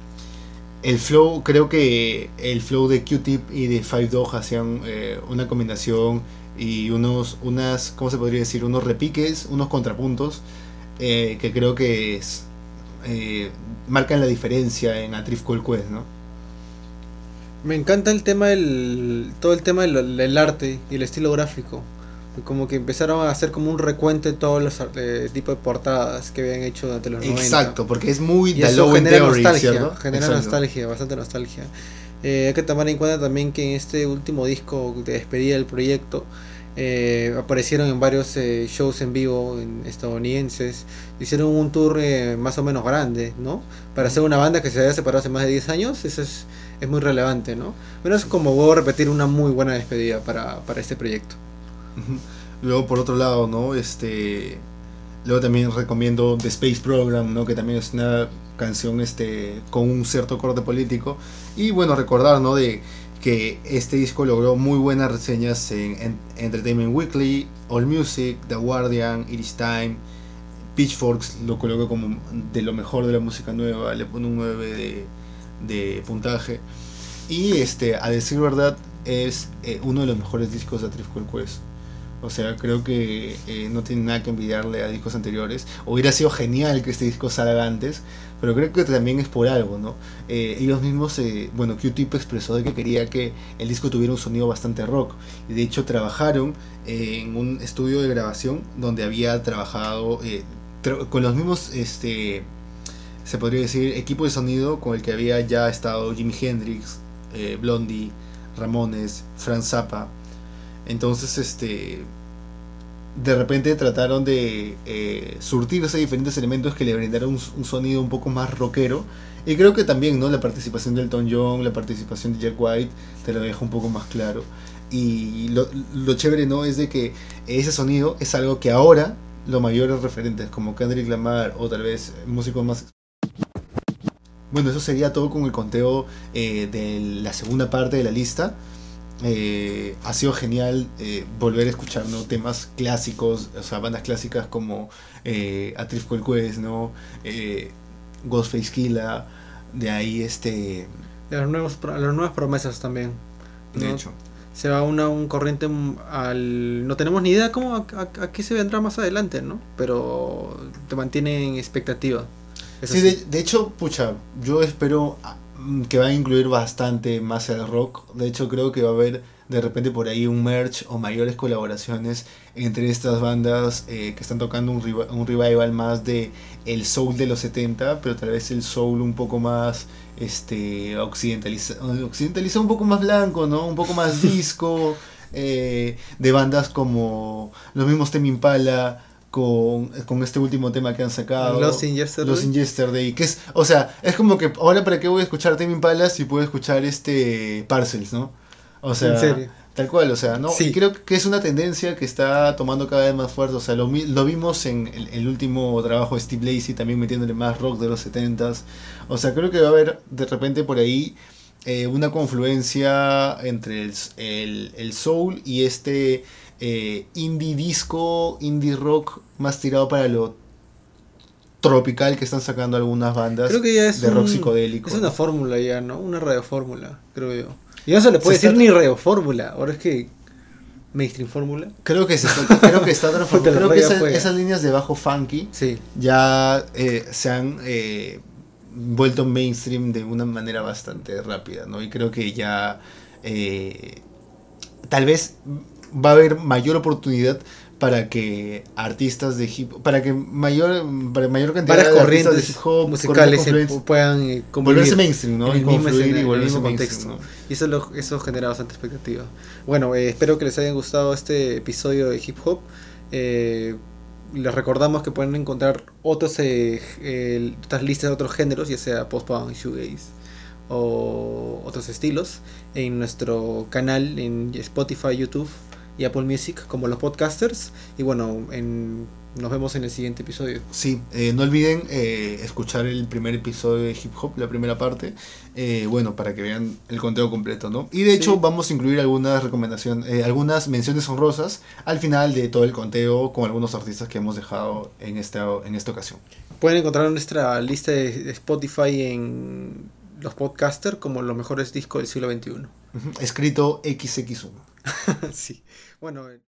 el flow, creo que el flow de Q-Tip y de Five Dog hacían una combinación y unos repiques, unos contrapuntos que creo que marcan la diferencia en A Tribe Called Quest, ¿no? Me encanta el tema todo el tema del arte y el estilo gráfico. Como que empezaron a hacer como un recuento de todos los tipos de portadas que habían hecho durante los 90. Exacto, porque es muy y eso genera nostalgia, ¿cierto? Genera Exacto. nostalgia, bastante nostalgia. Hay que tomar en cuenta también que en este último disco de despedida del proyecto aparecieron en varios shows en vivo estadounidenses. Hicieron un tour más o menos grande, ¿no? Para ser una banda que se había separado hace más de 10 años, eso es muy relevante, ¿no? Pero es como voy a repetir una muy buena despedida para este proyecto. Luego por otro lado, ¿no? Luego también recomiendo The Space Program, ¿no? Que también es una canción con un cierto corte político. Y bueno, recordar, ¿no? De que este disco logró muy buenas reseñas en Entertainment Weekly, AllMusic, The Guardian, It Is Time, Pitchforks lo colocó como de lo mejor de la música nueva, le pone un 9 de puntaje. Y a decir verdad es uno de los mejores discos de A Tribe Called Quest. O sea, creo que no tiene nada que envidiarle a discos anteriores. Hubiera sido genial que este disco salga antes, pero creo que también es por algo, ¿no? Ellos mismos, Q-Tip expresó de que quería que el disco tuviera un sonido bastante rock. Y de hecho trabajaron en un estudio de grabación donde había trabajado con los mismos, se podría decir, equipo de sonido con el que había ya estado Jimi Hendrix, Blondie, Ramones, Frank Zappa. Entonces, de repente trataron de surtirse diferentes elementos que le brindaran un sonido un poco más rockero. Y creo que también, ¿no? La participación de Elton John, la participación de Jack White, te lo deja un poco más claro. Y lo chévere, ¿no? Es de que ese sonido es algo que ahora los mayores referentes, como Kendrick Lamar o tal vez músicos más... Bueno, eso sería todo con el conteo de la segunda parte de la lista. ha sido genial volver a escuchar, ¿no? Temas clásicos, o sea, bandas clásicas como A Tribe Called Quest, ¿no? Ghostface Killah, de ahí Las nuevas promesas también, ¿no? de hecho. Se va un corriente al... No tenemos ni idea cómo a qué se vendrá más adelante, ¿no? Pero te mantiene en expectativa. Eso Sí, sí. de hecho, pucha, yo espero que van a incluir bastante más el rock. De hecho, creo que va a haber de repente por ahí un merge o mayores colaboraciones entre estas bandas que están tocando un revival más de el soul de los 70, pero tal vez el soul un poco más occidentalizado, un poco más blanco, ¿no? Un poco más disco, de bandas como los mismos Tame Impala, con este último tema que han sacado, Lost in Yesterday. Lost in Yesterday, que es, o sea, es como que ahora para qué voy a escuchar Tame Impala si puedo escuchar Parcels, ¿no? O sea, ¿En serio? tal cual, o sea, ¿no? Sí. Y creo que es una tendencia que está tomando cada vez más fuerza, o sea, lo vimos en el último trabajo de Steve Lacy, también metiéndole más rock de los 70s, o sea, creo que va a haber de repente por ahí una confluencia entre el soul y indie disco, indie rock más tirado para lo tropical que están sacando algunas bandas Creo que ya es de rock psicodélico. Es una fórmula ya, ¿no? Una radiofórmula, creo yo. Y no se le puede Se decir está- ni radiofórmula. Ahora es que mainstream fórmula. Creo que creo que está transformando. Puta, la Creo que raya fue. esas líneas de bajo funky Sí. ya se han vuelto mainstream de una manera bastante rápida, ¿no? Y creo que ya tal vez va a haber mayor oportunidad para que artistas de para mayor cantidad Varias de artistas corrientes de hip hop, musicales corrientes puedan volverse convivir mainstream, ¿no? en Y el mismo confluir y escenario, en el volverse mismo mainstream, contexto. ¿no? Y eso genera bastante expectativa. Bueno, espero que les haya gustado este episodio de hip hop. Les recordamos que pueden encontrar otras listas de otros géneros, ya sea post-punk, shoegaze o otros estilos, en nuestro canal en Spotify, YouTube y Apple Music como los podcasters. Y bueno, nos vemos en el siguiente episodio. Sí, no olviden escuchar el primer episodio de Hip Hop, la primera parte, bueno, para que vean el conteo completo, ¿no? Y de hecho Sí. vamos a incluir algunas recomendaciones, algunas menciones honrosas al final de todo el conteo con algunos artistas que hemos dejado en esta ocasión. Pueden encontrar nuestra lista de Spotify en los podcasters como los mejores discos del siglo XXI. Escrito XX1. Sí. Bueno.